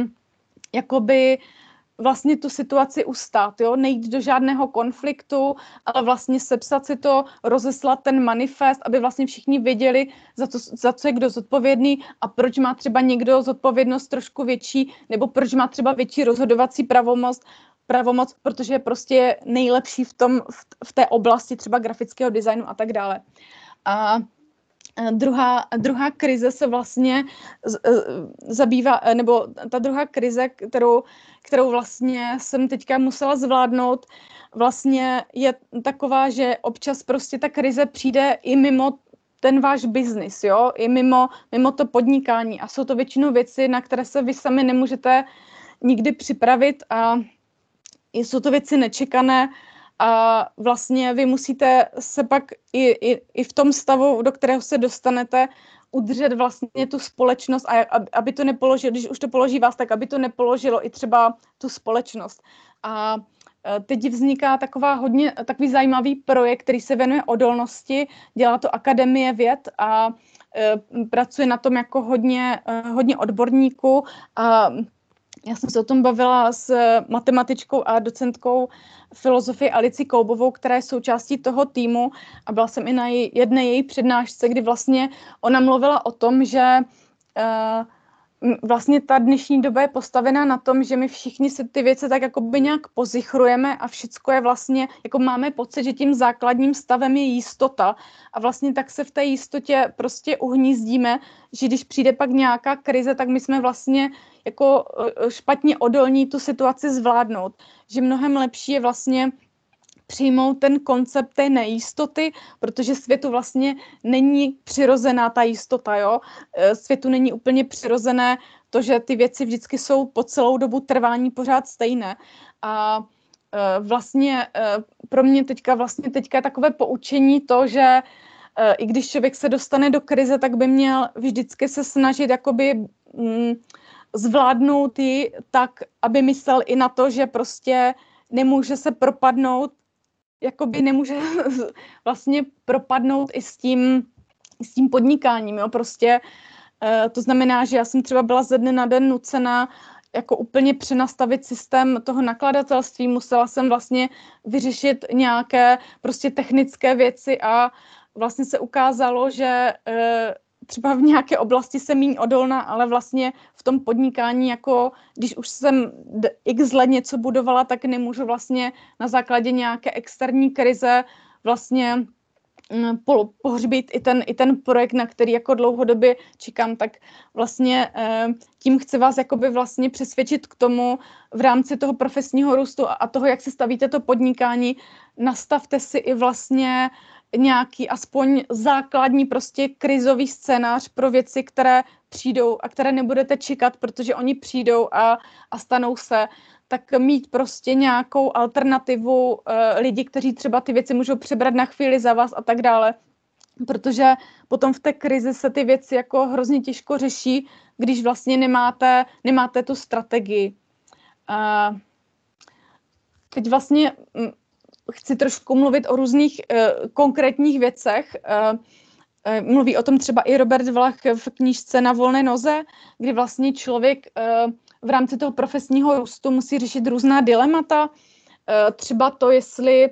jakoby vlastně tu situaci ustát, jo? Nejít do žádného konfliktu, ale vlastně sepsat si to, rozeslat ten manifest, aby vlastně všichni věděli, za co je kdo zodpovědný a proč má třeba někdo zodpovědnost trošku větší, nebo proč má třeba větší rozhodovací pravomoc, protože je prostě nejlepší v té oblasti třeba grafického designu a tak dále. A druhá krize se vlastně zabývá, nebo ta druhá krize, kterou vlastně jsem teďka musela zvládnout, vlastně je taková, že občas prostě ta krize přijde i mimo ten váš biznis, jo, i mimo to podnikání a jsou to většinou věci, na které se vy sami nemůžete nikdy připravit a jsou to věci nečekané. A vlastně vy musíte se pak i v tom stavu, do kterého se dostanete, udržet vlastně tu společnost a aby to nepoložilo, když už to položí vás, tak aby to nepoložilo i třeba tu společnost. A teď vzniká takový zajímavý projekt, který se věnuje odolnosti, dělá to Akademie věd a pracuje na tom jako hodně odborníků a já jsem se o tom bavila s matematičkou a docentkou filozofie Alicí Koubovou, která je součástí toho týmu a byla jsem i na jedné její přednášce, kdy vlastně ona mluvila o tom, že vlastně ta dnešní doba je postavená na tom, že my všichni si ty věci tak jakoby nějak pozichrujeme a všecko je vlastně, jako máme pocit, že tím základním stavem je jistota a vlastně tak se v té jistotě prostě uhnízdíme, že když přijde pak nějaká krize, tak my jsme vlastně jako špatně odolní tu situaci zvládnout. Že mnohem lepší je vlastně přijmout ten koncept té nejistoty, protože světu vlastně není přirozená ta jistota, jo. Světu není úplně přirozené to, že ty věci vždycky jsou po celou dobu trvání pořád stejné. A vlastně pro mě teďka je takové poučení to, že i když člověk se dostane do krize, tak by měl vždycky se snažit jakoby zvládnout ji tak, aby myslel i na to, že prostě nemůže se propadnout, jakoby nemůže vlastně propadnout i s tím podnikáním, jo, prostě to znamená, že já jsem třeba byla ze dne na den nucena jako úplně přenastavit systém toho nakladatelství, musela jsem vlastně vyřešit nějaké prostě technické věci a vlastně se ukázalo, že třeba v nějaké oblasti jsem méně odolná, ale vlastně v tom podnikání, jako když už jsem x let něco budovala, tak nemůžu vlastně na základě nějaké externí krize vlastně pohřbít i ten projekt, na který jako dlouhodobě čekám, tak vlastně tím chci vás jakoby vlastně přesvědčit k tomu v rámci toho profesního růstu a toho, jak se stavíte to podnikání, nastavte si i vlastně nějaký aspoň základní prostě krizový scénář pro věci, které přijdou a které nebudete čekat, protože oni přijdou a stanou se, tak mít prostě nějakou alternativu lidi, kteří třeba ty věci můžou přebrat na chvíli za vás a tak dále, protože potom v té krizi se ty věci jako hrozně těžko řeší, když vlastně nemáte tu strategii. Teď vlastně chci trošku mluvit o různých konkrétních věcech. Mluví o tom třeba i Robert Vlach v knížce Na volné noze, kdy vlastně člověk v rámci toho profesního růstu musí řešit různá dilemata, třeba to, jestli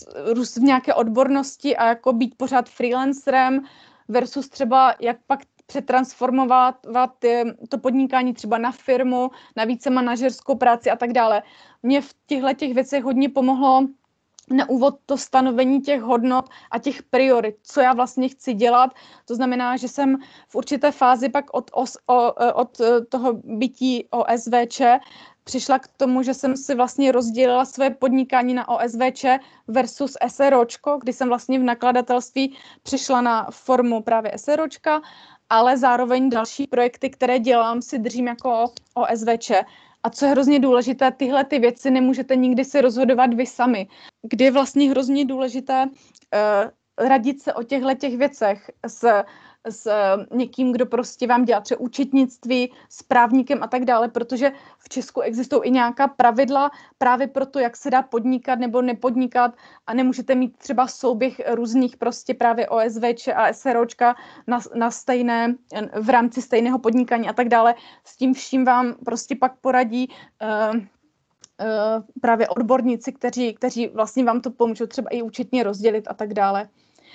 růst v nějaké odbornosti a jako být pořád freelancerem versus třeba jak pak přetransformovat to podnikání třeba na firmu, na více manažerskou práci a tak dále. Mě v těchto věcech hodně pomohlo na úvod to stanovení těch hodnot a těch priorit, co já vlastně chci dělat. To znamená, že jsem v určité fázi pak od toho bytí OSVČ přišla k tomu, že jsem si vlastně rozdělila své podnikání na OSVČ versus SROčko, kdy jsem vlastně v nakladatelství přišla na formu právě SROčka, ale zároveň další projekty, které dělám, si držím jako OSVČ. A co je hrozně důležité, tyhle ty věci nemůžete nikdy si rozhodovat vy sami. Kdy je vlastně hrozně důležité radit se o těchto věcech s někým, kdo prostě vám dělá třeba účetnictví, s právníkem a tak dále, protože v Česku existují i nějaká pravidla právě pro to, jak se dá podnikat nebo nepodnikat a nemůžete mít třeba souběh různých prostě právě OSVČ a SROčka na stejné, v rámci stejného podnikání a tak dále. S tím vším vám prostě pak poradí právě odborníci, kteří vlastně vám to pomůžou třeba i účetně rozdělit a tak dále.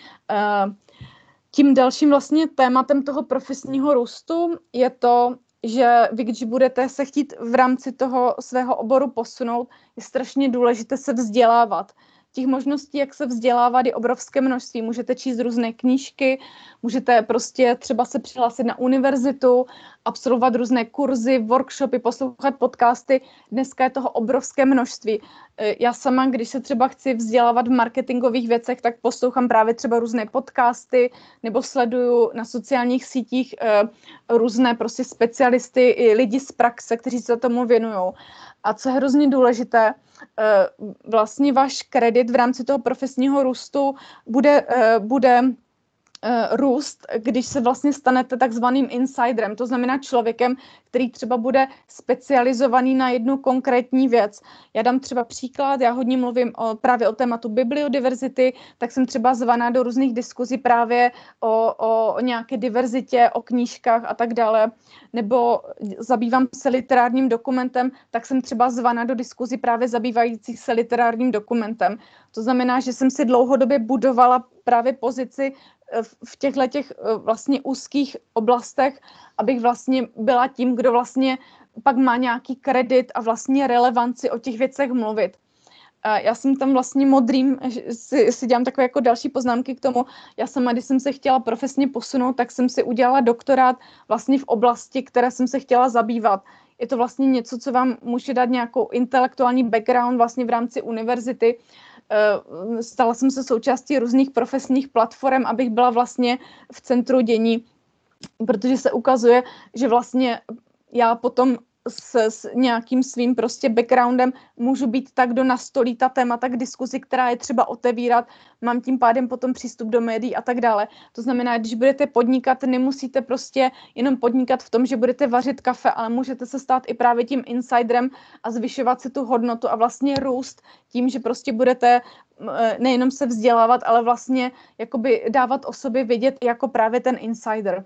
Tím dalším vlastně tématem toho profesního růstu je to, že vy, když budete se chtít v rámci toho svého oboru posunout, je strašně důležité se vzdělávat. Těch možností, jak se vzdělávat, je obrovské množství. Můžete číst různé knížky, můžete prostě třeba se přihlásit na univerzitu, absolvovat různé kurzy, workshopy, poslouchat podcasty. Dneska je toho obrovské množství. Já sama, když se třeba chci vzdělávat v marketingových věcech, tak poslouchám právě třeba různé podcasty nebo sleduju na sociálních sítích různé prostě specialisty i lidi z praxe, kteří se tomu věnují. A co je hrozně důležité, vlastně váš kredit v rámci toho profesního růstu bude růst, když se vlastně stanete takzvaným insiderem, to znamená člověkem, který třeba bude specializovaný na jednu konkrétní věc. Já dám třeba příklad, já hodně mluvím právě o tématu bibliodiverzity, tak jsem třeba zvaná do různých diskuzí právě o nějaké diverzitě, o knížkách a tak dále, nebo zabývám se literárním dokumentem, tak jsem třeba zvaná do diskuzí právě zabývajících se literárním dokumentem. To znamená, že jsem si dlouhodobě budovala právě pozici v těchto vlastně úzkých oblastech, abych vlastně byla tím, kdo vlastně pak má nějaký kredit a vlastně relevanci o těch věcech mluvit. Já jsem tam vlastně modrým, si dělám takové jako další poznámky k tomu. Já sama, když jsem se chtěla profesně posunout, tak jsem si udělala doktorát vlastně v oblasti, které jsem se chtěla zabývat. Je to vlastně něco, co vám může dát nějakou intelektuální background vlastně v rámci univerzity. Stala jsem se součástí různých profesních platform, abych byla vlastně v centru dění, protože se ukazuje, že vlastně já potom s nějakým svým prostě backgroundem můžu být tak, kdo nastolí ta témata k diskuzi, která je třeba otevírat, mám tím pádem potom přístup do médií a tak dále. To znamená, když budete podnikat, nemusíte prostě jenom podnikat v tom, že budete vařit kafe, ale můžete se stát i právě tím insiderem a zvyšovat si tu hodnotu a vlastně růst tím, že prostě budete nejenom se vzdělávat, ale vlastně jakoby dávat o sobě vědět jako právě ten insider.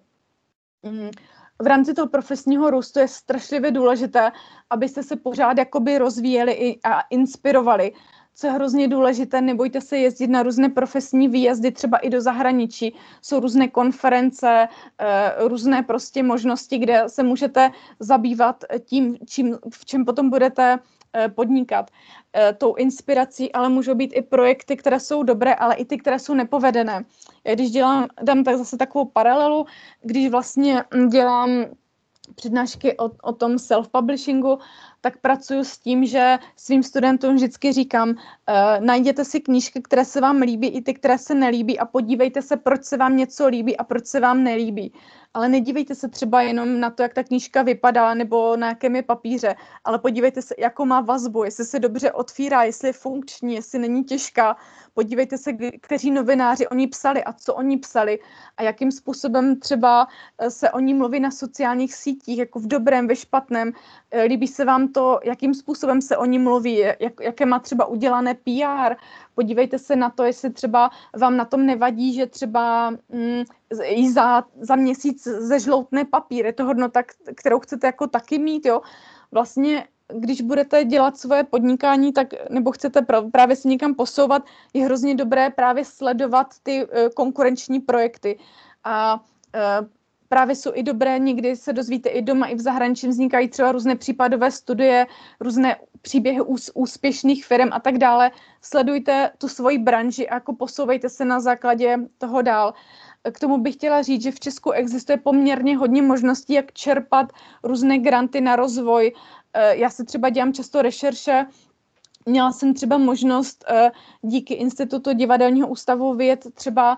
V rámci toho profesního růstu je strašlivě důležité, abyste se pořád jakoby rozvíjeli a inspirovali. Co je hrozně důležité, nebojte se jezdit na různé profesní výjezdy, třeba i do zahraničí. Jsou různé konference, různé prostě možnosti, kde se můžete zabývat tím, v čem potom budete podnikat. Tou inspirací ale můžou být i projekty, které jsou dobré, ale i ty, které jsou nepovedené. Já když dám tak zase takovou paralelu, když vlastně dělám přednášky o tom self-publishingu, tak pracuji s tím, že svým studentům vždycky říkám, najděte si knížky, které se vám líbí, i ty, které se nelíbí a podívejte se, proč se vám něco líbí a proč se vám nelíbí. Ale nedívejte se třeba jenom na to, jak ta knížka vypadá nebo na jakém je papíře, ale podívejte se, jakou má vazbu, jestli se dobře otvírá, jestli je funkční, jestli není těžká. Podívejte se, kteří novináři o ní psali a co oni psali a jakým způsobem třeba se o ní mluví na sociálních sítích, jako v dobrém, ve špatném. Líbí se vám to, jakým způsobem se o ní mluví, jaké má třeba udělané PR. Podívejte se na to, jestli třeba vám na tom nevadí, že třeba jí za měsíc zežloutne papír. Je to hodnota, kterou chcete jako taky mít, jo. Vlastně, když budete dělat svoje podnikání, tak, nebo chcete právě se někam posouvat, je hrozně dobré právě sledovat ty konkurenční projekty. A právě jsou i dobré, někdy se dozvíte i doma, i v zahraničí vznikají třeba různé případové studie, různé příběhy úspěšných firm a tak dále. Sledujte tu svoji branži a jako posouvejte se na základě toho dál. K tomu bych chtěla říct, že v Česku existuje poměrně hodně možností, jak čerpat různé granty na rozvoj. Já se třeba dělám často rešerše. Měla jsem třeba možnost díky Institutu divadelního ústavu vyjet třeba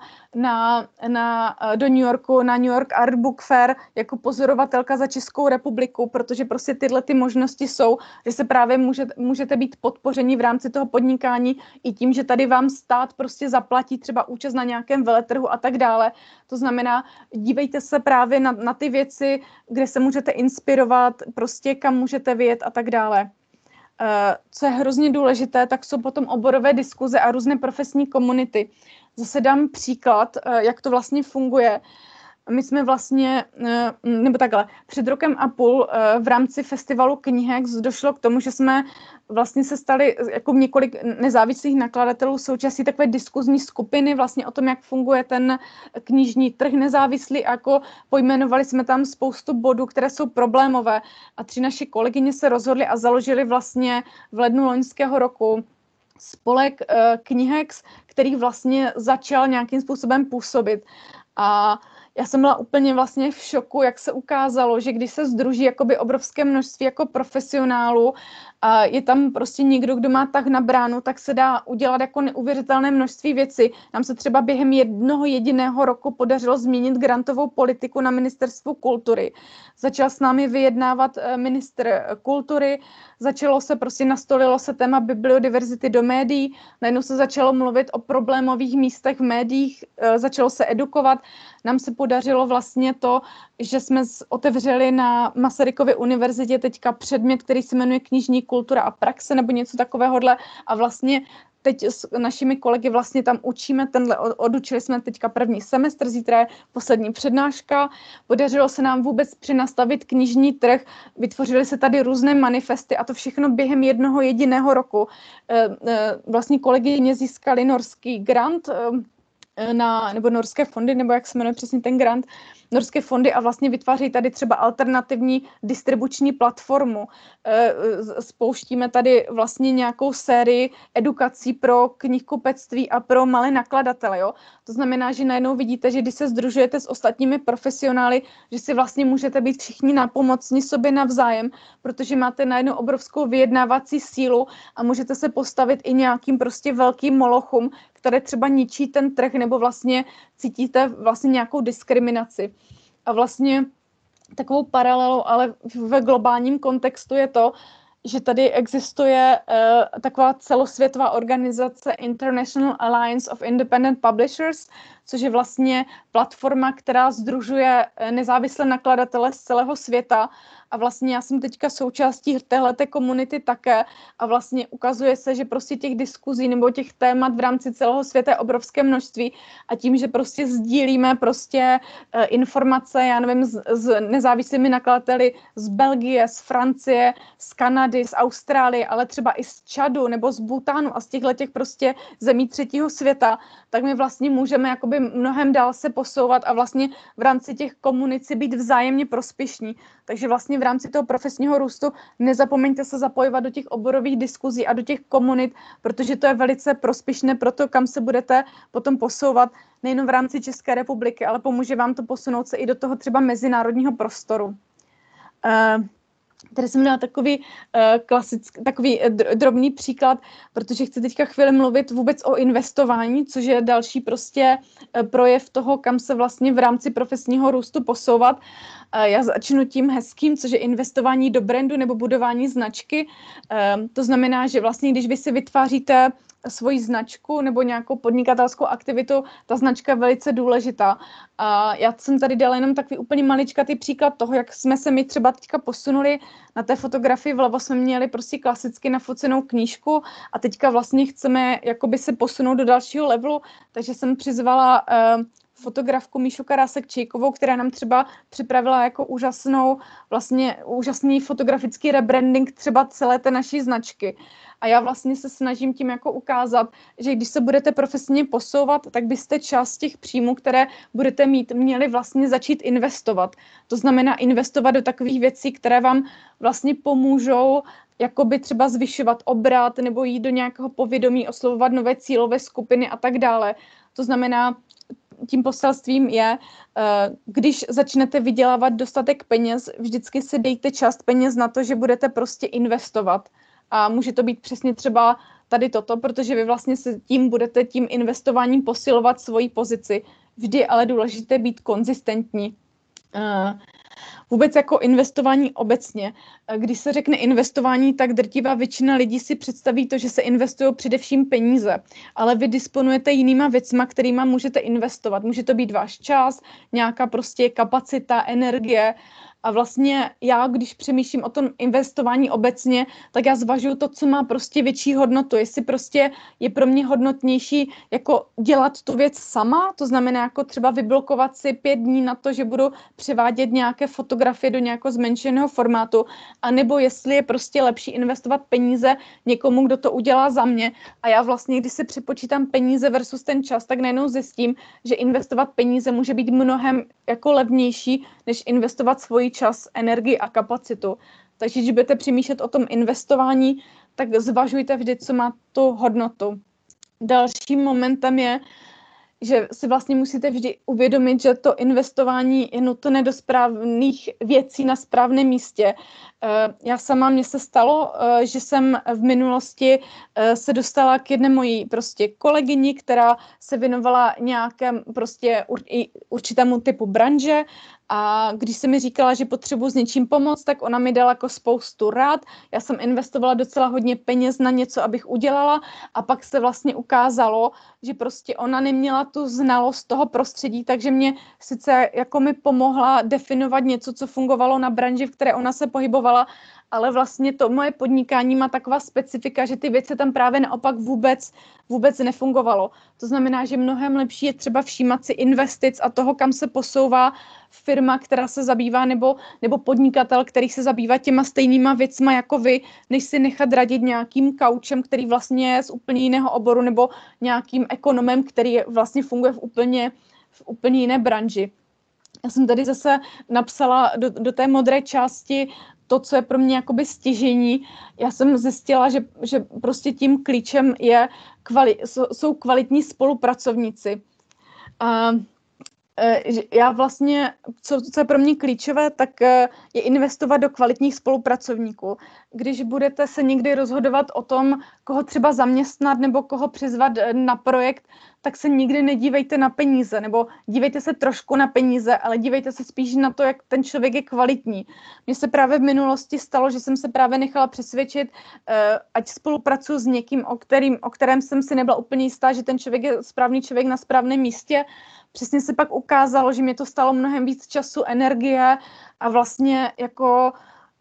do New Yorku, na New York Art Book Fair jako pozorovatelka za Českou republiku, protože prostě tyhle ty možnosti jsou, že se právě můžete být podpořeni v rámci toho podnikání i tím, že tady vám stát prostě zaplatí třeba účast na nějakém veletrhu a tak dále. To znamená, dívejte se právě na ty věci, kde se můžete inspirovat, prostě kam můžete vyjet a tak dále. Co je hrozně důležité, tak jsou potom oborové diskuze a různé profesní komunity. Zase dám příklad, jak to vlastně funguje. My jsme vlastně, nebo takhle, před rokem a půl v rámci festivalu Knihex došlo k tomu, že jsme vlastně se stali jako několik nezávislých nakladatelů součástí takové diskuzní skupiny vlastně o tom, jak funguje ten knižní trh nezávislý a jako pojmenovali jsme tam spoustu bodů, které jsou problémové. A 3 naše kolegyně se rozhodly a založili vlastně v lednu loňského roku spolek Knihex, který vlastně začal nějakým způsobem působit. A já jsem byla úplně vlastně v šoku, jak se ukázalo, že když se sdruží jakoby obrovské množství jako profesionálů a je tam prostě někdo, kdo má tah na bránu, tak se dá udělat jako neuvěřitelné množství věcí. Nám se třeba během jednoho jediného roku podařilo změnit grantovou politiku na Ministerstvu kultury. Začal s námi vyjednávat ministr kultury, nastolilo se téma bibliodiverzity do médií, najednou se začalo mluvit o problémových místech v médiích, začalo se edukovat. Nám se podařilo vlastně to, že jsme otevřeli na Masarykově univerzitě teďka předmět, který se jmenuje knižní kultura a praxe nebo něco takovéhodle a vlastně teď s našimi kolegy vlastně tam učíme odučili jsme teďka první semestr, zítra je poslední přednáška. Podařilo se nám vůbec přenastavit knižní trh, vytvořily se tady různé manifesty a to všechno během jednoho jediného roku. Vlastně kolegyně získali norský grant, nebo norské fondy, nebo jak se jmenuje přesně ten grant, norské fondy a vlastně vytváří tady třeba alternativní distribuční platformu. Spouštíme tady vlastně nějakou sérii edukací pro knihkupectví a pro malé nakladatele. Jo? To znamená, že najednou vidíte, že když se sdružujete s ostatními profesionály, že si vlastně můžete být všichni napomocni sobě navzájem, protože máte najednou obrovskou vyjednávací sílu a můžete se postavit i nějakým prostě velkým molochům, které třeba ničí ten trh nebo vlastně cítíte vlastně nějakou diskriminaci. A vlastně takovou paralelou, ale ve globálním kontextu je to, že tady existuje taková celosvětová organizace International Alliance of Independent Publishers, což je vlastně platforma, která sdružuje nezávislé nakladatele z celého světa. A vlastně já jsem teďka součástí téhleté komunity také a vlastně ukazuje se, že prostě těch diskuzí nebo těch témat v rámci celého světa je obrovské množství a tím, že prostě sdílíme prostě informace, já nevím, s nezávislými nakladateli z Belgie, z Francie, z Kanady, z Austrálie, ale třeba i z Čadu nebo z Bhutánu a z těchto prostě zemí třetího světa, tak my vlastně můžeme jakoby mnohem dál se posouvat a vlastně v rámci těch komunit si být vzájemně prospěšní. Takže vlastně v rámci toho profesního růstu nezapomeňte se zapojovat do těch oborových diskuzí a do těch komunit, protože to je velice prospěšné pro to, kam se budete potom posouvat nejen v rámci České republiky, ale pomůže vám to posunout se i do toho třeba mezinárodního prostoru. Tady jsem dala takový drobný příklad, protože chci teďka chvíli mluvit vůbec o investování, což je další prostě projev toho, kam se vlastně v rámci profesního růstu posouvat. Já začnu tím hezkým, což je investování do brandu nebo budování značky. To znamená, že vlastně, když vy si vytváříte svoji značku nebo nějakou podnikatelskou aktivitu, ta značka je velice důležitá. A já jsem tady dala jenom takový úplně maličkatý příklad toho, jak jsme se my třeba teďka posunuli. Na té fotografii vlevo jsme měli prostě klasicky nafocenou knížku a teďka vlastně chceme jakoby se posunout do dalšího levelu, takže jsem přizvala fotografku Míšu Karásek-Čejkovou, která nám třeba připravila jako úžasný fotografický rebranding třeba celé té naší značky. A já vlastně se snažím tím jako ukázat, že když se budete profesně posouvat, tak byste část těch příjmů, které budete mít, měli vlastně začít investovat. To znamená investovat do takových věcí, které vám vlastně pomůžou jakoby třeba zvyšovat obrat nebo jít do nějakého povědomí, oslovovat nové cílové skupiny a tak dále. To znamená, tím poselstvím je, když začnete vydělávat dostatek peněz, vždycky si dejte část peněz na to, že budete prostě investovat. A může to být přesně třeba tady toto, protože vy vlastně se budete tím investováním posilovat svoji pozici. Vždy je ale důležité být konzistentní. Vůbec jako investování obecně. Když se řekne investování, tak drtivá většina lidí si představí to, že se investují především peníze, ale vy disponujete jinýma věcma, kterýma můžete investovat. Může to být váš čas, nějaká prostě kapacita, energie. A vlastně já, když přemýšlím o tom investování obecně, tak já zvažuju to, co má prostě větší hodnotu. Jestli prostě je pro mě hodnotnější jako dělat tu věc sama, to znamená jako třeba vyblokovat si 5 dní na to, že budu převádět nějaké fotografie do nějakého zmenšeného formátu, anebo jestli je prostě lepší investovat peníze někomu, kdo to udělá za mě. A já vlastně, když si připočítám peníze versus ten čas, tak najednou zjistím, že investovat peníze může být mnohem jako levnější, než investovat svoji čas, energii a kapacitu. Takže když budete přemýšlet o tom investování, tak zvažujte vždy, co má tu hodnotu. Dalším momentem je, že si vlastně musíte vždy uvědomit, že to investování je nutné do správných věcí na správném místě. Já sama, mně se stalo, že jsem v minulosti se dostala k jedné mojí prostě kolegyni, která se věnovala nějakém prostě určitému typu branže, a když se mi říkala, že potřebuji s něčím pomoct, tak ona mi dala jako spoustu rád. Já jsem investovala docela hodně peněz na něco, abych udělala, a pak se vlastně ukázalo, že prostě ona neměla tu znalost toho prostředí, takže mě sice jako mi pomohla definovat něco, co fungovalo na branži, v které ona se pohybovala, ale vlastně to moje podnikání má taková specifika, že ty věci tam právě naopak vůbec nefungovalo. To znamená, že mnohem lepší je třeba všímat si investic a toho, kam se posouvá firma, která se zabývá, nebo podnikatel, který se zabývá těma stejnýma věcma jako vy, než si nechat radit nějakým kaučem, který vlastně je z úplně jiného oboru, nebo nějakým ekonomem, který vlastně funguje v úplně jiné branži. Já jsem tady zase napsala do té modré části to, co je pro mě jakoby stěžení. Já jsem zjistila, že prostě tím klíčem jsou kvalitní spolupracovníci. Já vlastně, co je pro mě klíčové, tak je investovat do kvalitních spolupracovníků. Když budete se někdy rozhodovat o tom, koho třeba zaměstnat nebo koho přizvat na projekt, tak se nikdy nedívejte na peníze, nebo dívejte se trošku na peníze, ale dívejte se spíš na to, jak ten člověk je kvalitní. Mně se právě v minulosti stalo, že jsem se právě nechala přesvědčit, ať spolupracuji s někým, o kterém jsem si nebyla úplně jistá, že ten člověk je správný člověk na správném místě. Přesně se pak ukázalo, že mě to stalo mnohem víc času, energie a vlastně jako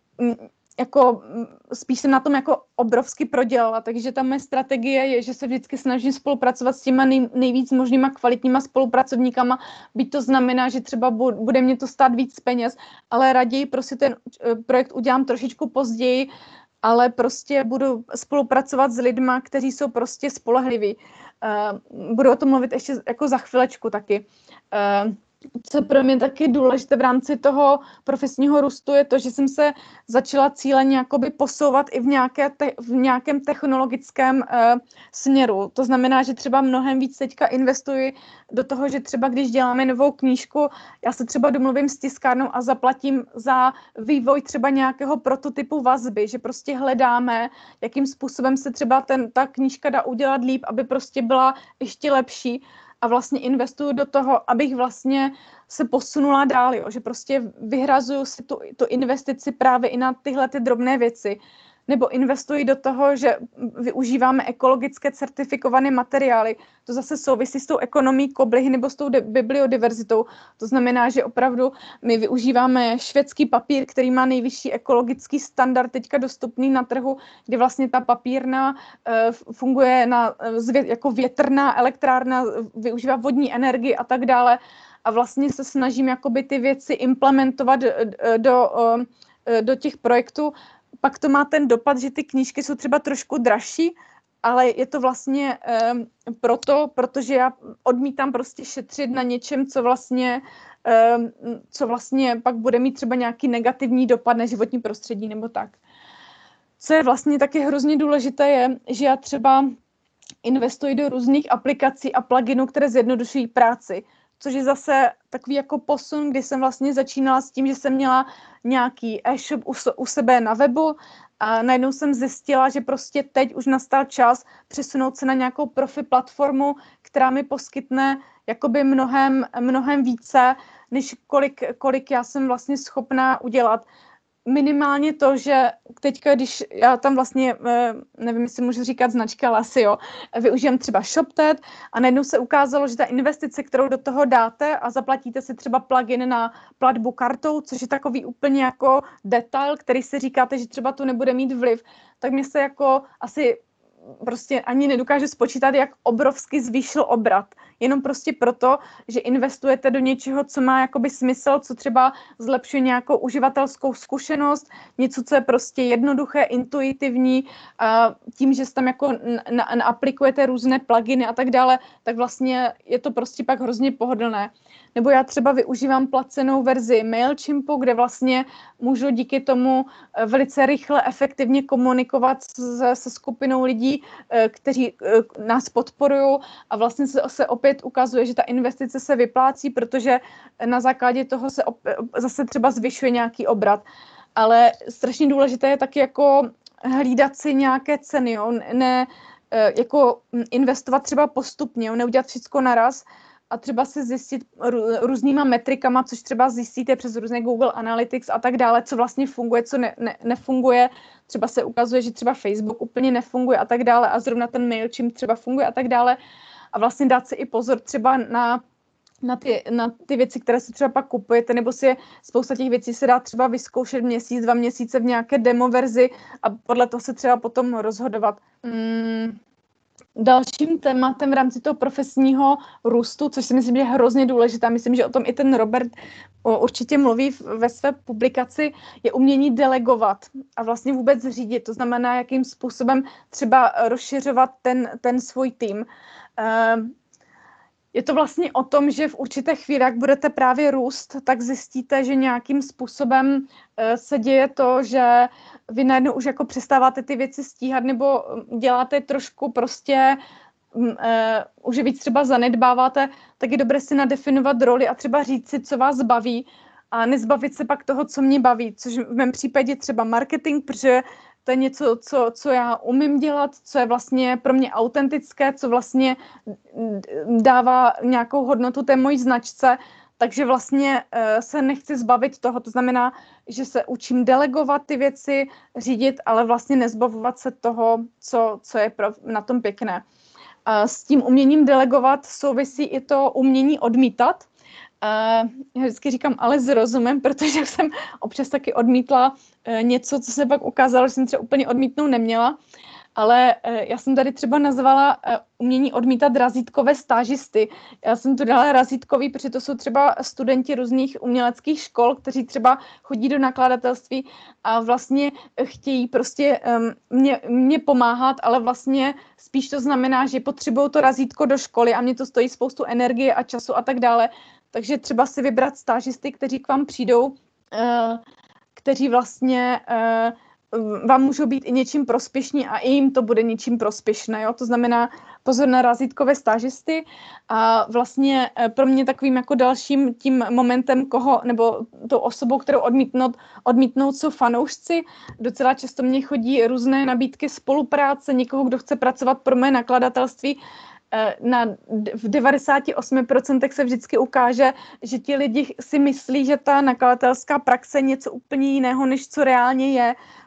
spíš jsem na tom jako obrovsky prodělala, takže ta moje strategie je, že se vždycky snažím spolupracovat s těma nejvíc možnýma kvalitníma spolupracovníkama, byť to znamená, že třeba bude mě to stát víc peněz, ale raději prostě ten projekt udělám trošičku později, ale prostě budu spolupracovat s lidma, kteří jsou prostě spolehliví. Budu o tom mluvit ještě jako za chvilečku taky. Co pro mě taky důležité v rámci toho profesního růstu je to, že jsem se začala cíleně jakoby posouvat i v nějakém technologickém směru. To znamená, že třeba mnohem víc teďka investuji do toho, že třeba když děláme novou knížku, já se třeba domluvím s tiskárnou a zaplatím za vývoj třeba nějakého prototypu vazby, že prostě hledáme, jakým způsobem se třeba ta knížka dá udělat líp, aby prostě byla ještě lepší. A vlastně investuju do toho, abych vlastně se posunula dál, jo? Že prostě vyhrazuju si tu investici právě i na tyhle ty drobné věci. nebo investují do toho, že využíváme ekologické certifikované materiály. To zase souvisí s tou ekonomií koblihy nebo s tou bibliodiverzitou. To znamená, že opravdu my využíváme švédský papír, který má nejvyšší ekologický standard teďka dostupný na trhu, kdy vlastně ta papírna funguje jako větrná elektrárna, využívá vodní energii a tak dále. A vlastně se snažím jakoby ty věci implementovat do těch projektů. Pak to má ten dopad, že ty knížky jsou třeba trošku dražší, ale je to vlastně protože já odmítám prostě šetřit na něčem, co vlastně pak bude mít třeba nějaký negativní dopad na životní prostředí nebo tak. Co je vlastně taky hrozně důležité je, že já třeba investuji do různých aplikací a pluginů, které zjednodušují práci, což je zase takový jako posun, kdy jsem vlastně začínala s tím, že jsem měla nějaký e-shop u sebe na webu a najednou jsem zjistila, že prostě teď už nastal čas přesunout se na nějakou profi platformu, která mi poskytne jakoby mnohem více, než kolik já jsem vlastně schopná udělat. Minimálně to, že teďka, když já tam vlastně, nevím, jestli můžu říkat značka, ale asi jo, využijem třeba ShopTet a najednou se ukázalo, že ta investice, kterou do toho dáte a zaplatíte si třeba plugin na platbu kartou, což je takový úplně jako detail, který si říkáte, že třeba tu nebude mít vliv, tak mě se jako asi prostě ani nedokážu spočítat, jak obrovsky zvýšil obrat. Jenom prostě proto, že investujete do něčeho, co má jakoby smysl, co třeba zlepšuje nějakou uživatelskou zkušenost, něco, co je prostě jednoduché, intuitivní, a tím, že tam jako aplikujete různé pluginy a tak dále, tak vlastně je to prostě pak hrozně pohodlné. Nebo já třeba využívám placenou verzi Mailchimpu, kde vlastně můžu díky tomu velice rychle, efektivně komunikovat se skupinou lidí, kteří nás podporují a vlastně se opět ukazuje, že ta investice se vyplácí, protože na základě toho se zase třeba zvyšuje nějaký obrat. Ale strašně důležité je taky jako hlídat si nějaké ceny, jo? Ne jako investovat třeba postupně, jo? Neudělat všechno naraz, a třeba si zjistit různýma metrikama, což třeba zjistíte přes různé Google Analytics a tak dále, co vlastně funguje, co nefunguje. Třeba se ukazuje, že třeba Facebook úplně nefunguje a tak dále a zrovna ten Mailchimp třeba funguje a tak dále. A vlastně dát si i pozor třeba na ty věci, které si třeba pak kupujete, nebo si spousta těch věcí se dá třeba vyzkoušet měsíc, 2 měsíce v nějaké demo verzi a podle toho se třeba potom rozhodovat. Dalším tématem v rámci toho profesního růstu, což si myslím, že je hrozně důležité, myslím, že o tom i ten Robert určitě mluví ve své publikaci, je umění delegovat a vlastně vůbec řídit. To znamená, jakým způsobem třeba rozšiřovat ten svůj tým. Je to vlastně o tom, že v určité chvíli, jak budete právě růst, tak zjistíte, že nějakým způsobem se děje to, že vy najednou už jako přestáváte ty věci stíhat nebo děláte trošku prostě, už víc třeba zanedbáváte, tak je dobré si nadefinovat roli a třeba říct si, co vás baví a nezbavit se pak toho, co mě baví, což v mém případě třeba marketing, protože to je něco, co já umím dělat, co je vlastně pro mě autentické, co vlastně dává nějakou hodnotu té mojí značce, takže vlastně se nechci zbavit toho. To znamená, že se učím delegovat ty věci, řídit, ale vlastně nezbavovat se toho, co je na tom pěkné. S tím uměním delegovat souvisí i to umění odmítat. Já vždycky říkám, ale s rozumem, protože jsem občas taky odmítla něco, co se pak ukázalo, že jsem třeba úplně odmítnout neměla, ale já jsem tady třeba nazvala umění odmítat razítkové stážisty. Já jsem tu dala razítkový, protože to jsou třeba studenti různých uměleckých škol, kteří třeba chodí do nakladatelství a vlastně chtějí prostě mě pomáhat, ale vlastně spíš to znamená, že potřebují to razítko do školy a mě to stojí spoustu energie a času a tak dále. Takže třeba si vybrat stážisty, kteří k vám přijdou, kteří vlastně vám můžou být i něčím prospěšní a i jim to bude něčím prospěšné. Jo? To znamená pozor na razítkové stážisty a vlastně pro mě takovým jako dalším tím momentem, nebo tou osobou, kterou odmítnout jsou fanoušci. Docela často mě chodí různé nabídky spolupráce, někoho, kdo chce pracovat pro moje nakladatelství. V 98% se vždycky ukáže, že ti lidi si myslí, že ta nakladatelská praxe je něco úplně jiného, než co reálně je.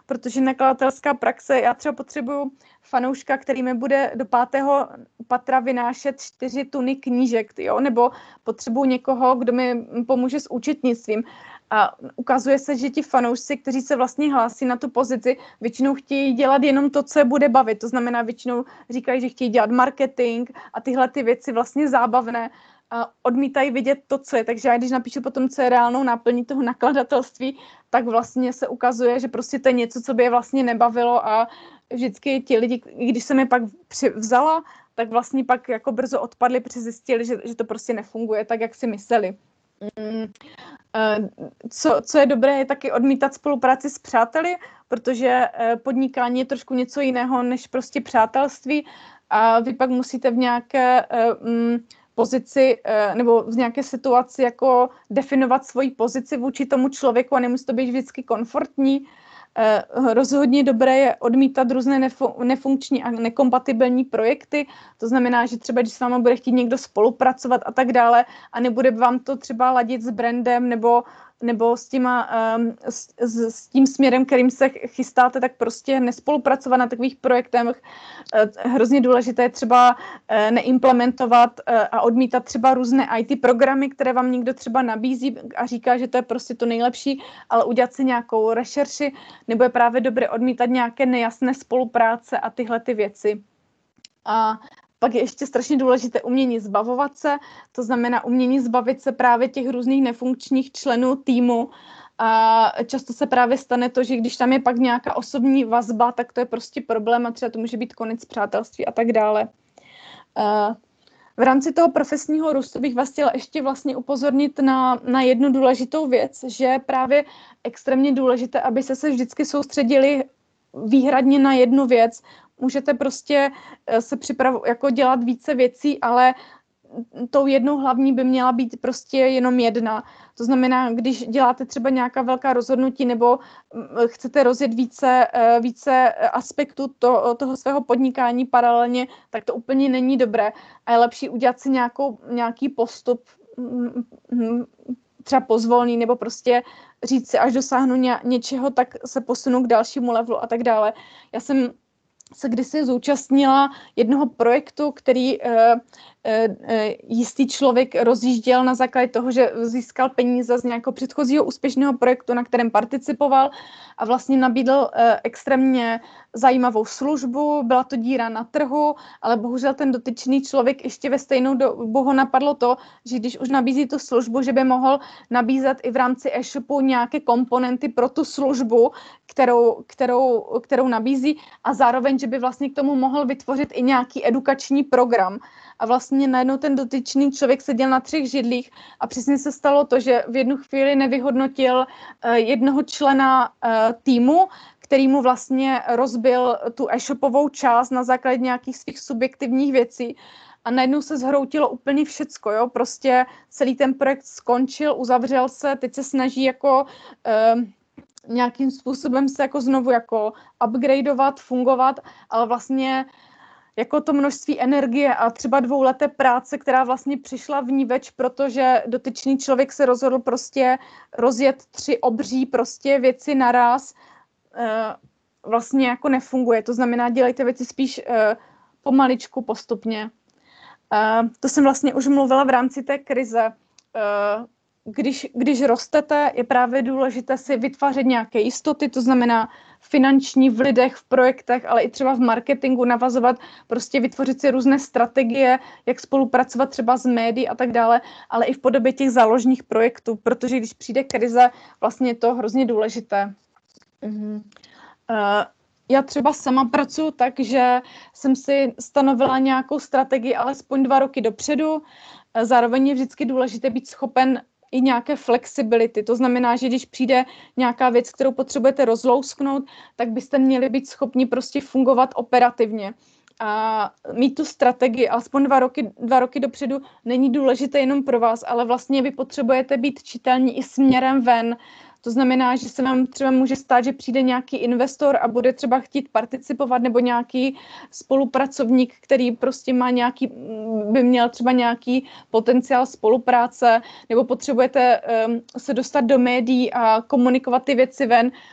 protože nakladatelská praxe, já třeba potřebuju fanouška, který mi bude do 5. patra vynášet 4 tuny knížek, jo? Nebo potřebuju někoho, kdo mi pomůže s účetnictvím. A ukazuje se, že ti fanoušci, kteří se vlastně hlásí na tu pozici, většinou chtějí dělat jenom to, co je bude bavit. To znamená, většinou říkají, že chtějí dělat marketing a tyhle ty věci vlastně zábavné. A odmítají vidět to, co je. Takže já když napíšu potom, co je reálnou náplní toho nakladatelství, tak vlastně se ukazuje, že prostě to je něco, co by je vlastně nebavilo a vždycky ti lidi, když jsem je pak vzala, tak vlastně pak jako brzo odpadli, protože zjistili, že to prostě nefunguje tak, jak si mysleli. Co je dobré, je taky odmítat spolupráci s přáteli, protože podnikání je trošku něco jiného než prostě přátelství a vy pak musíte v nějaké pozici nebo v nějaké situaci jako definovat svoji pozici vůči tomu člověku a nemusí to být vždycky komfortní. Rozhodně dobré je odmítat různé nefunkční a nekompatibilní projekty. To znamená, že třeba když s váma bude chtít někdo spolupracovat a tak dále a nebude vám to třeba ladit s brandem nebo s tím směrem, kterým se chystáte, tak prostě nespolupracovat na takových projektech. Hrozně důležité je třeba neimplementovat a odmítat třeba různé IT programy, které vám někdo třeba nabízí a říká, že to je prostě to nejlepší, ale udělat si nějakou rešerši, nebo je právě dobré odmítat nějaké nejasné spolupráce a tyhle ty věci. A pak je ještě strašně důležité umění zbavovat se, to znamená umění zbavit se právě těch různých nefunkčních členů týmu. A často se právě stane to, že když tam je pak nějaká osobní vazba, tak to je prostě problém a třeba to může být konec přátelství a tak dále. V rámci toho profesního růstu bych vás chtěla ještě vlastně upozornit na jednu důležitou věc, že je právě extrémně důležité, aby se vždycky soustředili výhradně na jednu věc. Můžete prostě se jako dělat více věcí, ale tou jednou hlavní by měla být prostě jenom jedna. To znamená, když děláte třeba nějaká velká rozhodnutí nebo chcete rozjet více aspektů toho svého podnikání paralelně, tak to úplně není dobré. A je lepší udělat si nějaký postup, třeba pozvolný, nebo prostě říct si, až dosáhnu něčeho, tak se posunu k dalšímu levelu a tak dále. Já jsem se kdysi zúčastnila jednoho projektu, který jistý člověk rozjížděl na základě toho, že získal peníze z nějakého předchozího úspěšného projektu, na kterém participoval a vlastně nabídl extrémně zajímavou službu, byla to díra na trhu, ale bohužel ten dotyčný člověk ještě ve stejnou dobu ho napadlo to, že když už nabízí tu službu, že by mohl nabízet i v rámci e-shopu nějaké komponenty pro tu službu, kterou nabízí a zároveň, že by vlastně k tomu mohl vytvořit i nějaký edukační program. A vlastně najednou ten dotyčný člověk seděl na 3 židlích a přesně se stalo to, že v jednu chvíli nevyhodnotil jednoho člena týmu, který mu vlastně rozbil tu e-shopovou část na základě nějakých svých subjektivních věcí. A najednou se zhroutilo úplně všecko, jo? Prostě celý ten projekt skončil, uzavřel se, teď se snaží jako nějakým způsobem se jako znovu jako upgradeovat, fungovat, ale vlastně jako to množství energie a třeba 2leté práce, která vlastně přišla vníveč, protože dotyčný člověk se rozhodl prostě rozjet 3 obří prostě věci naraz, vlastně jako nefunguje. To znamená, dělejte věci spíš pomaličku, postupně. To jsem vlastně už mluvila v rámci té krize. Když rostete, je právě důležité si vytvářet nějaké jistoty, to znamená finanční v lidech, v projektech, ale i třeba v marketingu navazovat, prostě vytvořit si různé strategie, jak spolupracovat třeba s médií a tak dále, ale i v podobě těch záložních projektů, protože když přijde krize, vlastně je to hrozně důležité. Já třeba sama pracuji tak, že jsem si stanovila nějakou strategii alespoň 2 roky dopředu. Zároveň je vždycky důležité být schopen i nějaké flexibility. To znamená, že když přijde nějaká věc, kterou potřebujete rozlousknout, tak byste měli být schopni prostě fungovat operativně. A mít tu strategii alespoň 2 roky dopředu není důležité jenom pro vás, ale vlastně vy potřebujete být čitelní i směrem ven. To znamená, že se vám třeba může stát, že přijde nějaký investor a bude třeba chtít participovat nebo nějaký spolupracovník, který prostě by měl třeba nějaký potenciál spolupráce, nebo potřebujete se dostat do médií a komunikovat ty věci ven.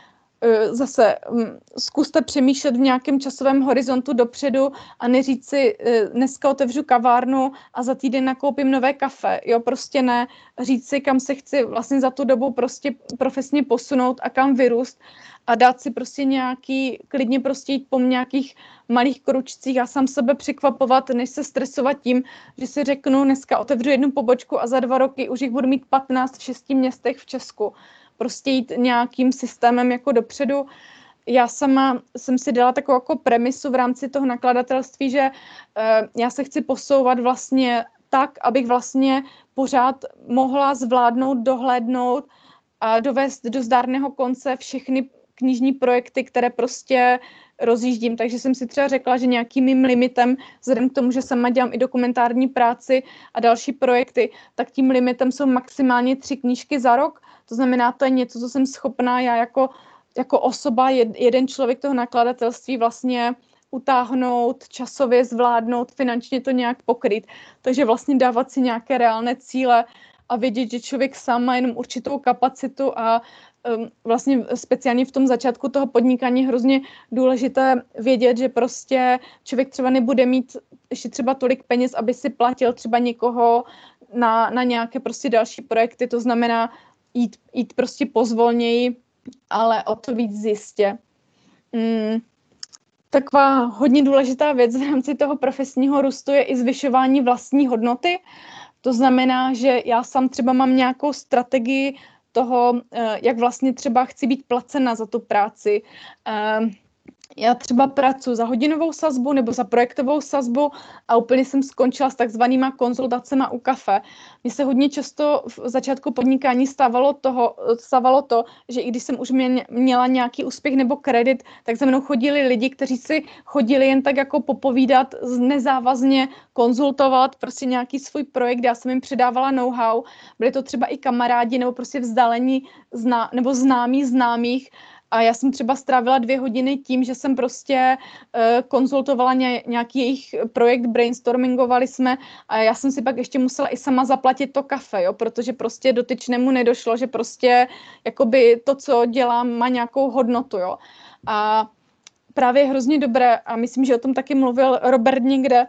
zase zkuste přemýšlet v nějakém časovém horizontu dopředu a neříct si, dneska otevřu kavárnu a za týden nakoupím nové kafe. Jo, prostě ne. Říct si, kam se chci vlastně za tu dobu prostě profesně posunout a kam vyrůst a dát si prostě klidně prostě jít po nějakých malých kručcích a sám sebe překvapovat, než se stresovat tím, že si řeknu, dneska otevřu jednu pobočku a za 2 roky už jich budu mít 15 v 6 městech v Česku. Prostě jít nějakým systémem jako dopředu. Já sama jsem si dala takovou jako premisu v rámci toho nakladatelství, že já se chci posouvat vlastně tak, abych vlastně pořád mohla zvládnout, dohlédnout a dovést do zdárného konce všechny knižní projekty, které prostě rozjíždím. Takže jsem si třeba řekla, že nějakým mým limitem, vzhledem k tomu, že sama dělám i dokumentární práci a další projekty, tak tím limitem jsou maximálně 3 knížky za rok. To znamená, to je něco, co jsem schopná já jako osoba, jeden člověk toho nakladatelství vlastně utáhnout, časově zvládnout, finančně to nějak pokryt. Takže vlastně dávat si nějaké reálné cíle a vědět, že člověk sám má jenom určitou kapacitu a vlastně speciálně v tom začátku toho podnikání je hrozně důležité vědět, že prostě člověk třeba nebude mít ještě třeba tolik peněz, aby si platil třeba někoho na nějaké prostě další projekty. To znamená jít prostě pozvolněji, ale o to víc jistě. Taková hodně důležitá věc v rámci toho profesního růstu je i zvyšování vlastní hodnoty. To znamená, že já sám třeba mám nějakou strategii toho, jak vlastně třeba chci být placena za tu práci. Já třeba pracuji za hodinovou sazbu nebo za projektovou sazbu a úplně jsem skončila s takzvanýma konzultacema u kafe. Mně se hodně často v začátku podnikání stávalo to, že i když jsem už měla nějaký úspěch nebo kredit, tak za mnou chodili lidi, kteří si chodili jen tak jako popovídat, nezávazně konzultovat prostě nějaký svůj projekt. Já jsem jim předávala know-how, byli to třeba i kamarádi nebo prostě vzdálení nebo známí známých. A já jsem třeba strávila 2 hodiny tím, že jsem prostě konzultovala nějaký jejich projekt, brainstormingovali jsme a já jsem si pak ještě musela i sama zaplatit to kafe, jo, protože prostě dotyčnému nedošlo, že prostě jakoby to, co dělám, má nějakou hodnotu, jo. A právě je hrozně dobré, a myslím, že o tom taky mluvil Robert někde,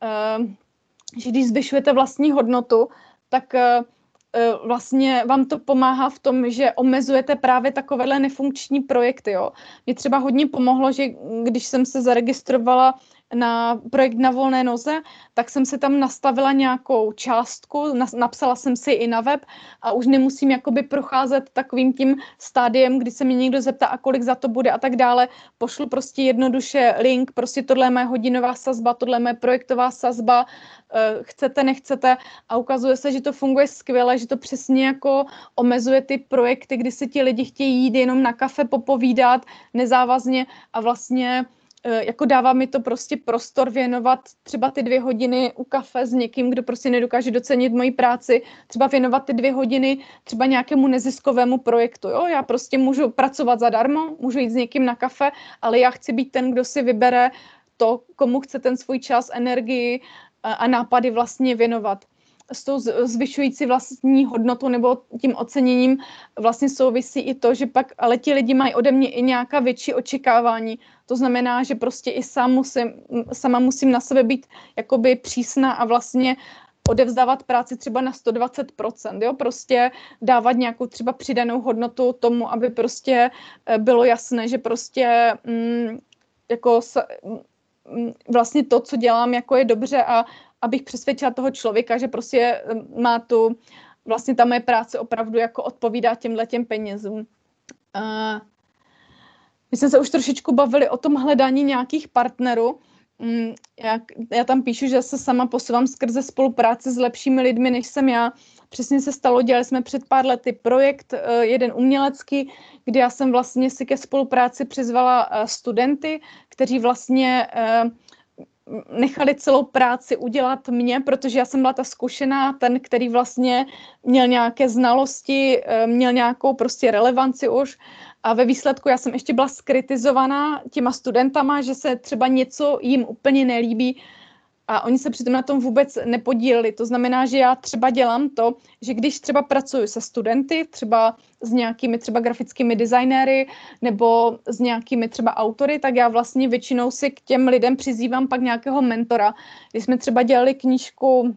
že když zvyšujete vlastní hodnotu, tak vlastně vám to pomáhá v tom, že omezujete právě takovéhle nefunkční projekty. Jo. Mně třeba hodně pomohlo, že když jsem se zaregistrovala na projekt Na volné noze, tak jsem se tam nastavila nějakou částku, napsala jsem si i na web a už nemusím jakoby procházet takovým tím stádiem, kdy se mě někdo zeptá, a kolik za to bude a tak dále. Pošlu prostě jednoduše link, prostě tohle je moje hodinová sazba, tohle je moje projektová sazba, chcete, nechcete a ukazuje se, že to funguje skvěle, že to přesně jako omezuje ty projekty, kdy si ti lidi chtějí jít jenom na kafe popovídat nezávazně a vlastně jako dává mi to prostě prostor věnovat třeba ty 2 hodiny u kafe s někým, kdo prostě nedokáže docenit moji práci, třeba věnovat ty 2 hodiny třeba nějakému neziskovému projektu. Jo? Já prostě můžu pracovat zadarmo, můžu jít s někým na kafe, ale já chci být ten, kdo si vybere to, komu chce ten svůj čas, energii a nápady vlastně věnovat. S tou zvyšující vlastní hodnotu nebo tím oceněním vlastně souvisí i to, že pak ale ti lidi mají ode mě i nějaká větší očekávání. To znamená, že prostě i sama musím na sebe být jakoby přísná a vlastně odevzdávat práci třeba na 120%, jo? Prostě dávat nějakou třeba přidanou hodnotu tomu, aby prostě bylo jasné, že prostě jako vlastně to, co dělám, jako je dobře a abych přesvědčila toho člověka, že prostě má vlastně ta moje práce opravdu jako odpovídá těm penězům. My jsme se už trošičku bavili o tom hledání nějakých partnerů. Já tam píšu, že se sama posouvám skrze spolupráci s lepšími lidmi, než jsem já. Přesně se stalo, dělali jsme před pár lety projekt, jeden umělecký, kdy já jsem vlastně si ke spolupráci přizvala studenty, kteří vlastně nechali celou práci udělat mě, protože já jsem byla ta zkušená, ten, který vlastně měl nějaké znalosti, měl nějakou prostě relevanci už a ve výsledku já jsem ještě byla skritizovaná těma studentama, že se třeba něco jim úplně nelíbí A oni se přitom na tom vůbec nepodíleli. To znamená, že já třeba dělám to, že když třeba pracuji se studenty, třeba s nějakými třeba grafickými designéry nebo s nějakými třeba autory, tak já vlastně většinou si k těm lidem přizývám pak nějakého mentora. Když jsme třeba dělali knížku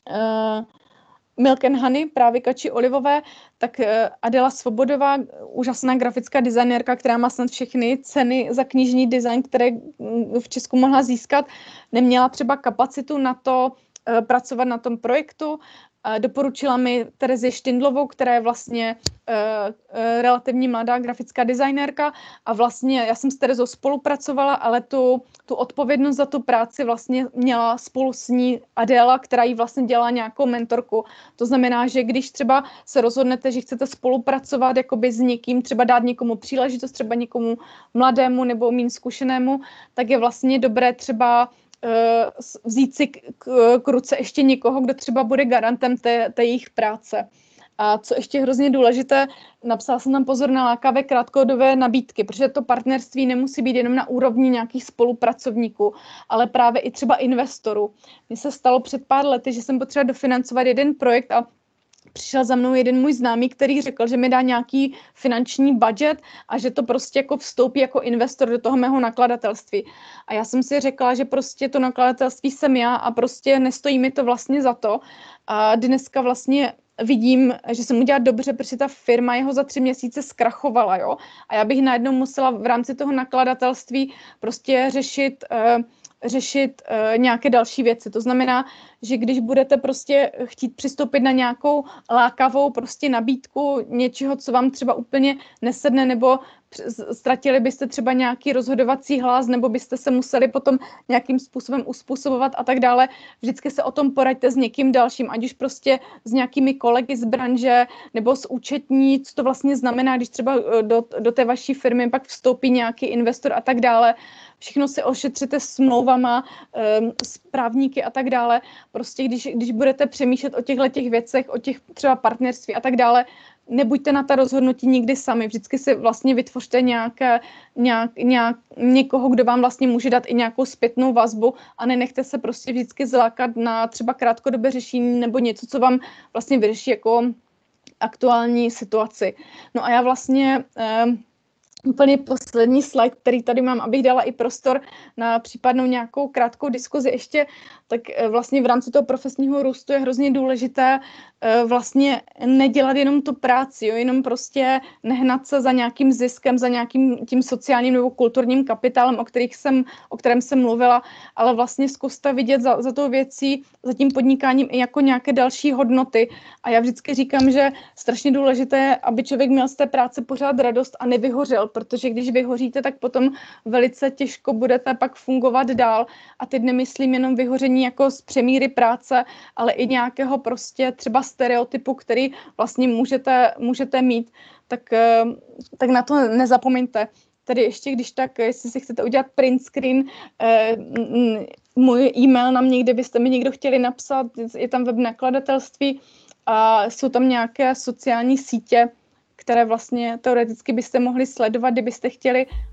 Milk and Honey, právě Kači Olivové, tak Adela Svobodová, úžasná grafická designérka, která má snad všechny ceny za knižní design, které v Česku mohla získat, neměla třeba kapacitu na to pracovat na tom projektu. Doporučila mi Terezi Štindlovou, která je vlastně relativně mladá grafická designérka a vlastně já jsem s Terezou spolupracovala, ale tu odpovědnost za tu práci vlastně měla spolu s ní Adéla, která jí vlastně dělala nějakou mentorku. To znamená, že když třeba se rozhodnete, že chcete spolupracovat jakoby s někým, třeba dát někomu příležitost, třeba někomu mladému nebo méně zkušenému, tak je vlastně dobré třeba vzít si k ruce ještě někoho, kdo třeba bude garantem té jejich práce. A co ještě hrozně důležité, napsala jsem tam pozor na lákavé krátkodobé nabídky, protože to partnerství nemusí být jenom na úrovni nějakých spolupracovníků, ale právě i třeba investorů. Mně se stalo před pár lety, že jsem potřebovala dofinancovat jeden projekt a přišel za mnou jeden můj známý, který řekl, že mi dá nějaký finanční budget a že to prostě jako vstoupí jako investor do toho mého nakladatelství. A já jsem si řekla, že prostě to nakladatelství jsem já a prostě nestojí mi to vlastně za to. A dneska vlastně vidím, že jsem udělala dobře, protože ta firma jeho za 3 měsíce zkrachovala, jo. A já bych najednou musela v rámci toho nakladatelství prostě řešit nějaké další věci. To znamená, že když budete prostě chtít přistoupit na nějakou lákavou prostě nabídku něčeho, co vám třeba úplně nesedne, nebo ztratili byste třeba nějaký rozhodovací hlas, nebo byste se museli potom nějakým způsobem uspůsobovat a tak dále, vždycky se o tom poraďte s někým dalším, ať už prostě s nějakými kolegy z branže, nebo s účetní, co to vlastně znamená, když třeba do té vaší firmy pak vstoupí nějaký investor a tak dále. Všechno si ošetřete smlouvama, s právníky a tak dále. Prostě když budete přemýšlet o těchto věcech, o těch třeba partnerství a tak dále, nebuďte na ta rozhodnutí nikdy sami. Vždycky si vlastně vytvořte někoho, kdo vám vlastně může dát i nějakou zpětnou vazbu a nenechte se prostě vždycky zlákat na třeba krátkodobé řešení nebo něco, co vám vlastně vyřeší jako aktuální situaci. No a já vlastně úplně poslední slide, který tady mám, abych dala i prostor na případnou nějakou krátkou diskuzi ještě, tak vlastně v rámci toho profesního růstu je hrozně důležité vlastně nedělat jenom tu práci, jo, jenom prostě nehnat se za nějakým ziskem, za nějakým tím sociálním nebo kulturním kapitálem, o kterém jsem mluvila, ale vlastně zkuste vidět za tou věcí, za tím podnikáním i jako nějaké další hodnoty. A já vždycky říkám, že strašně důležité je, aby člověk měl z té práce pořád radost a nevyhořel, protože když vyhoříte, tak potom velice těžko budete pak fungovat dál. A teď nemyslím jenom vyhoření jako z přemíry práce, ale i nějakého prostě třeba stereotypu, který vlastně můžete mít, tak na to nezapomeňte. Tady ještě, když tak, jestli si chcete udělat print screen, můj e-mail na mě, kde byste mi někdo chtěli napsat, je tam web nakladatelství a jsou tam nějaké sociální sítě, které vlastně teoreticky byste mohli sledovat, kdybyste chtěli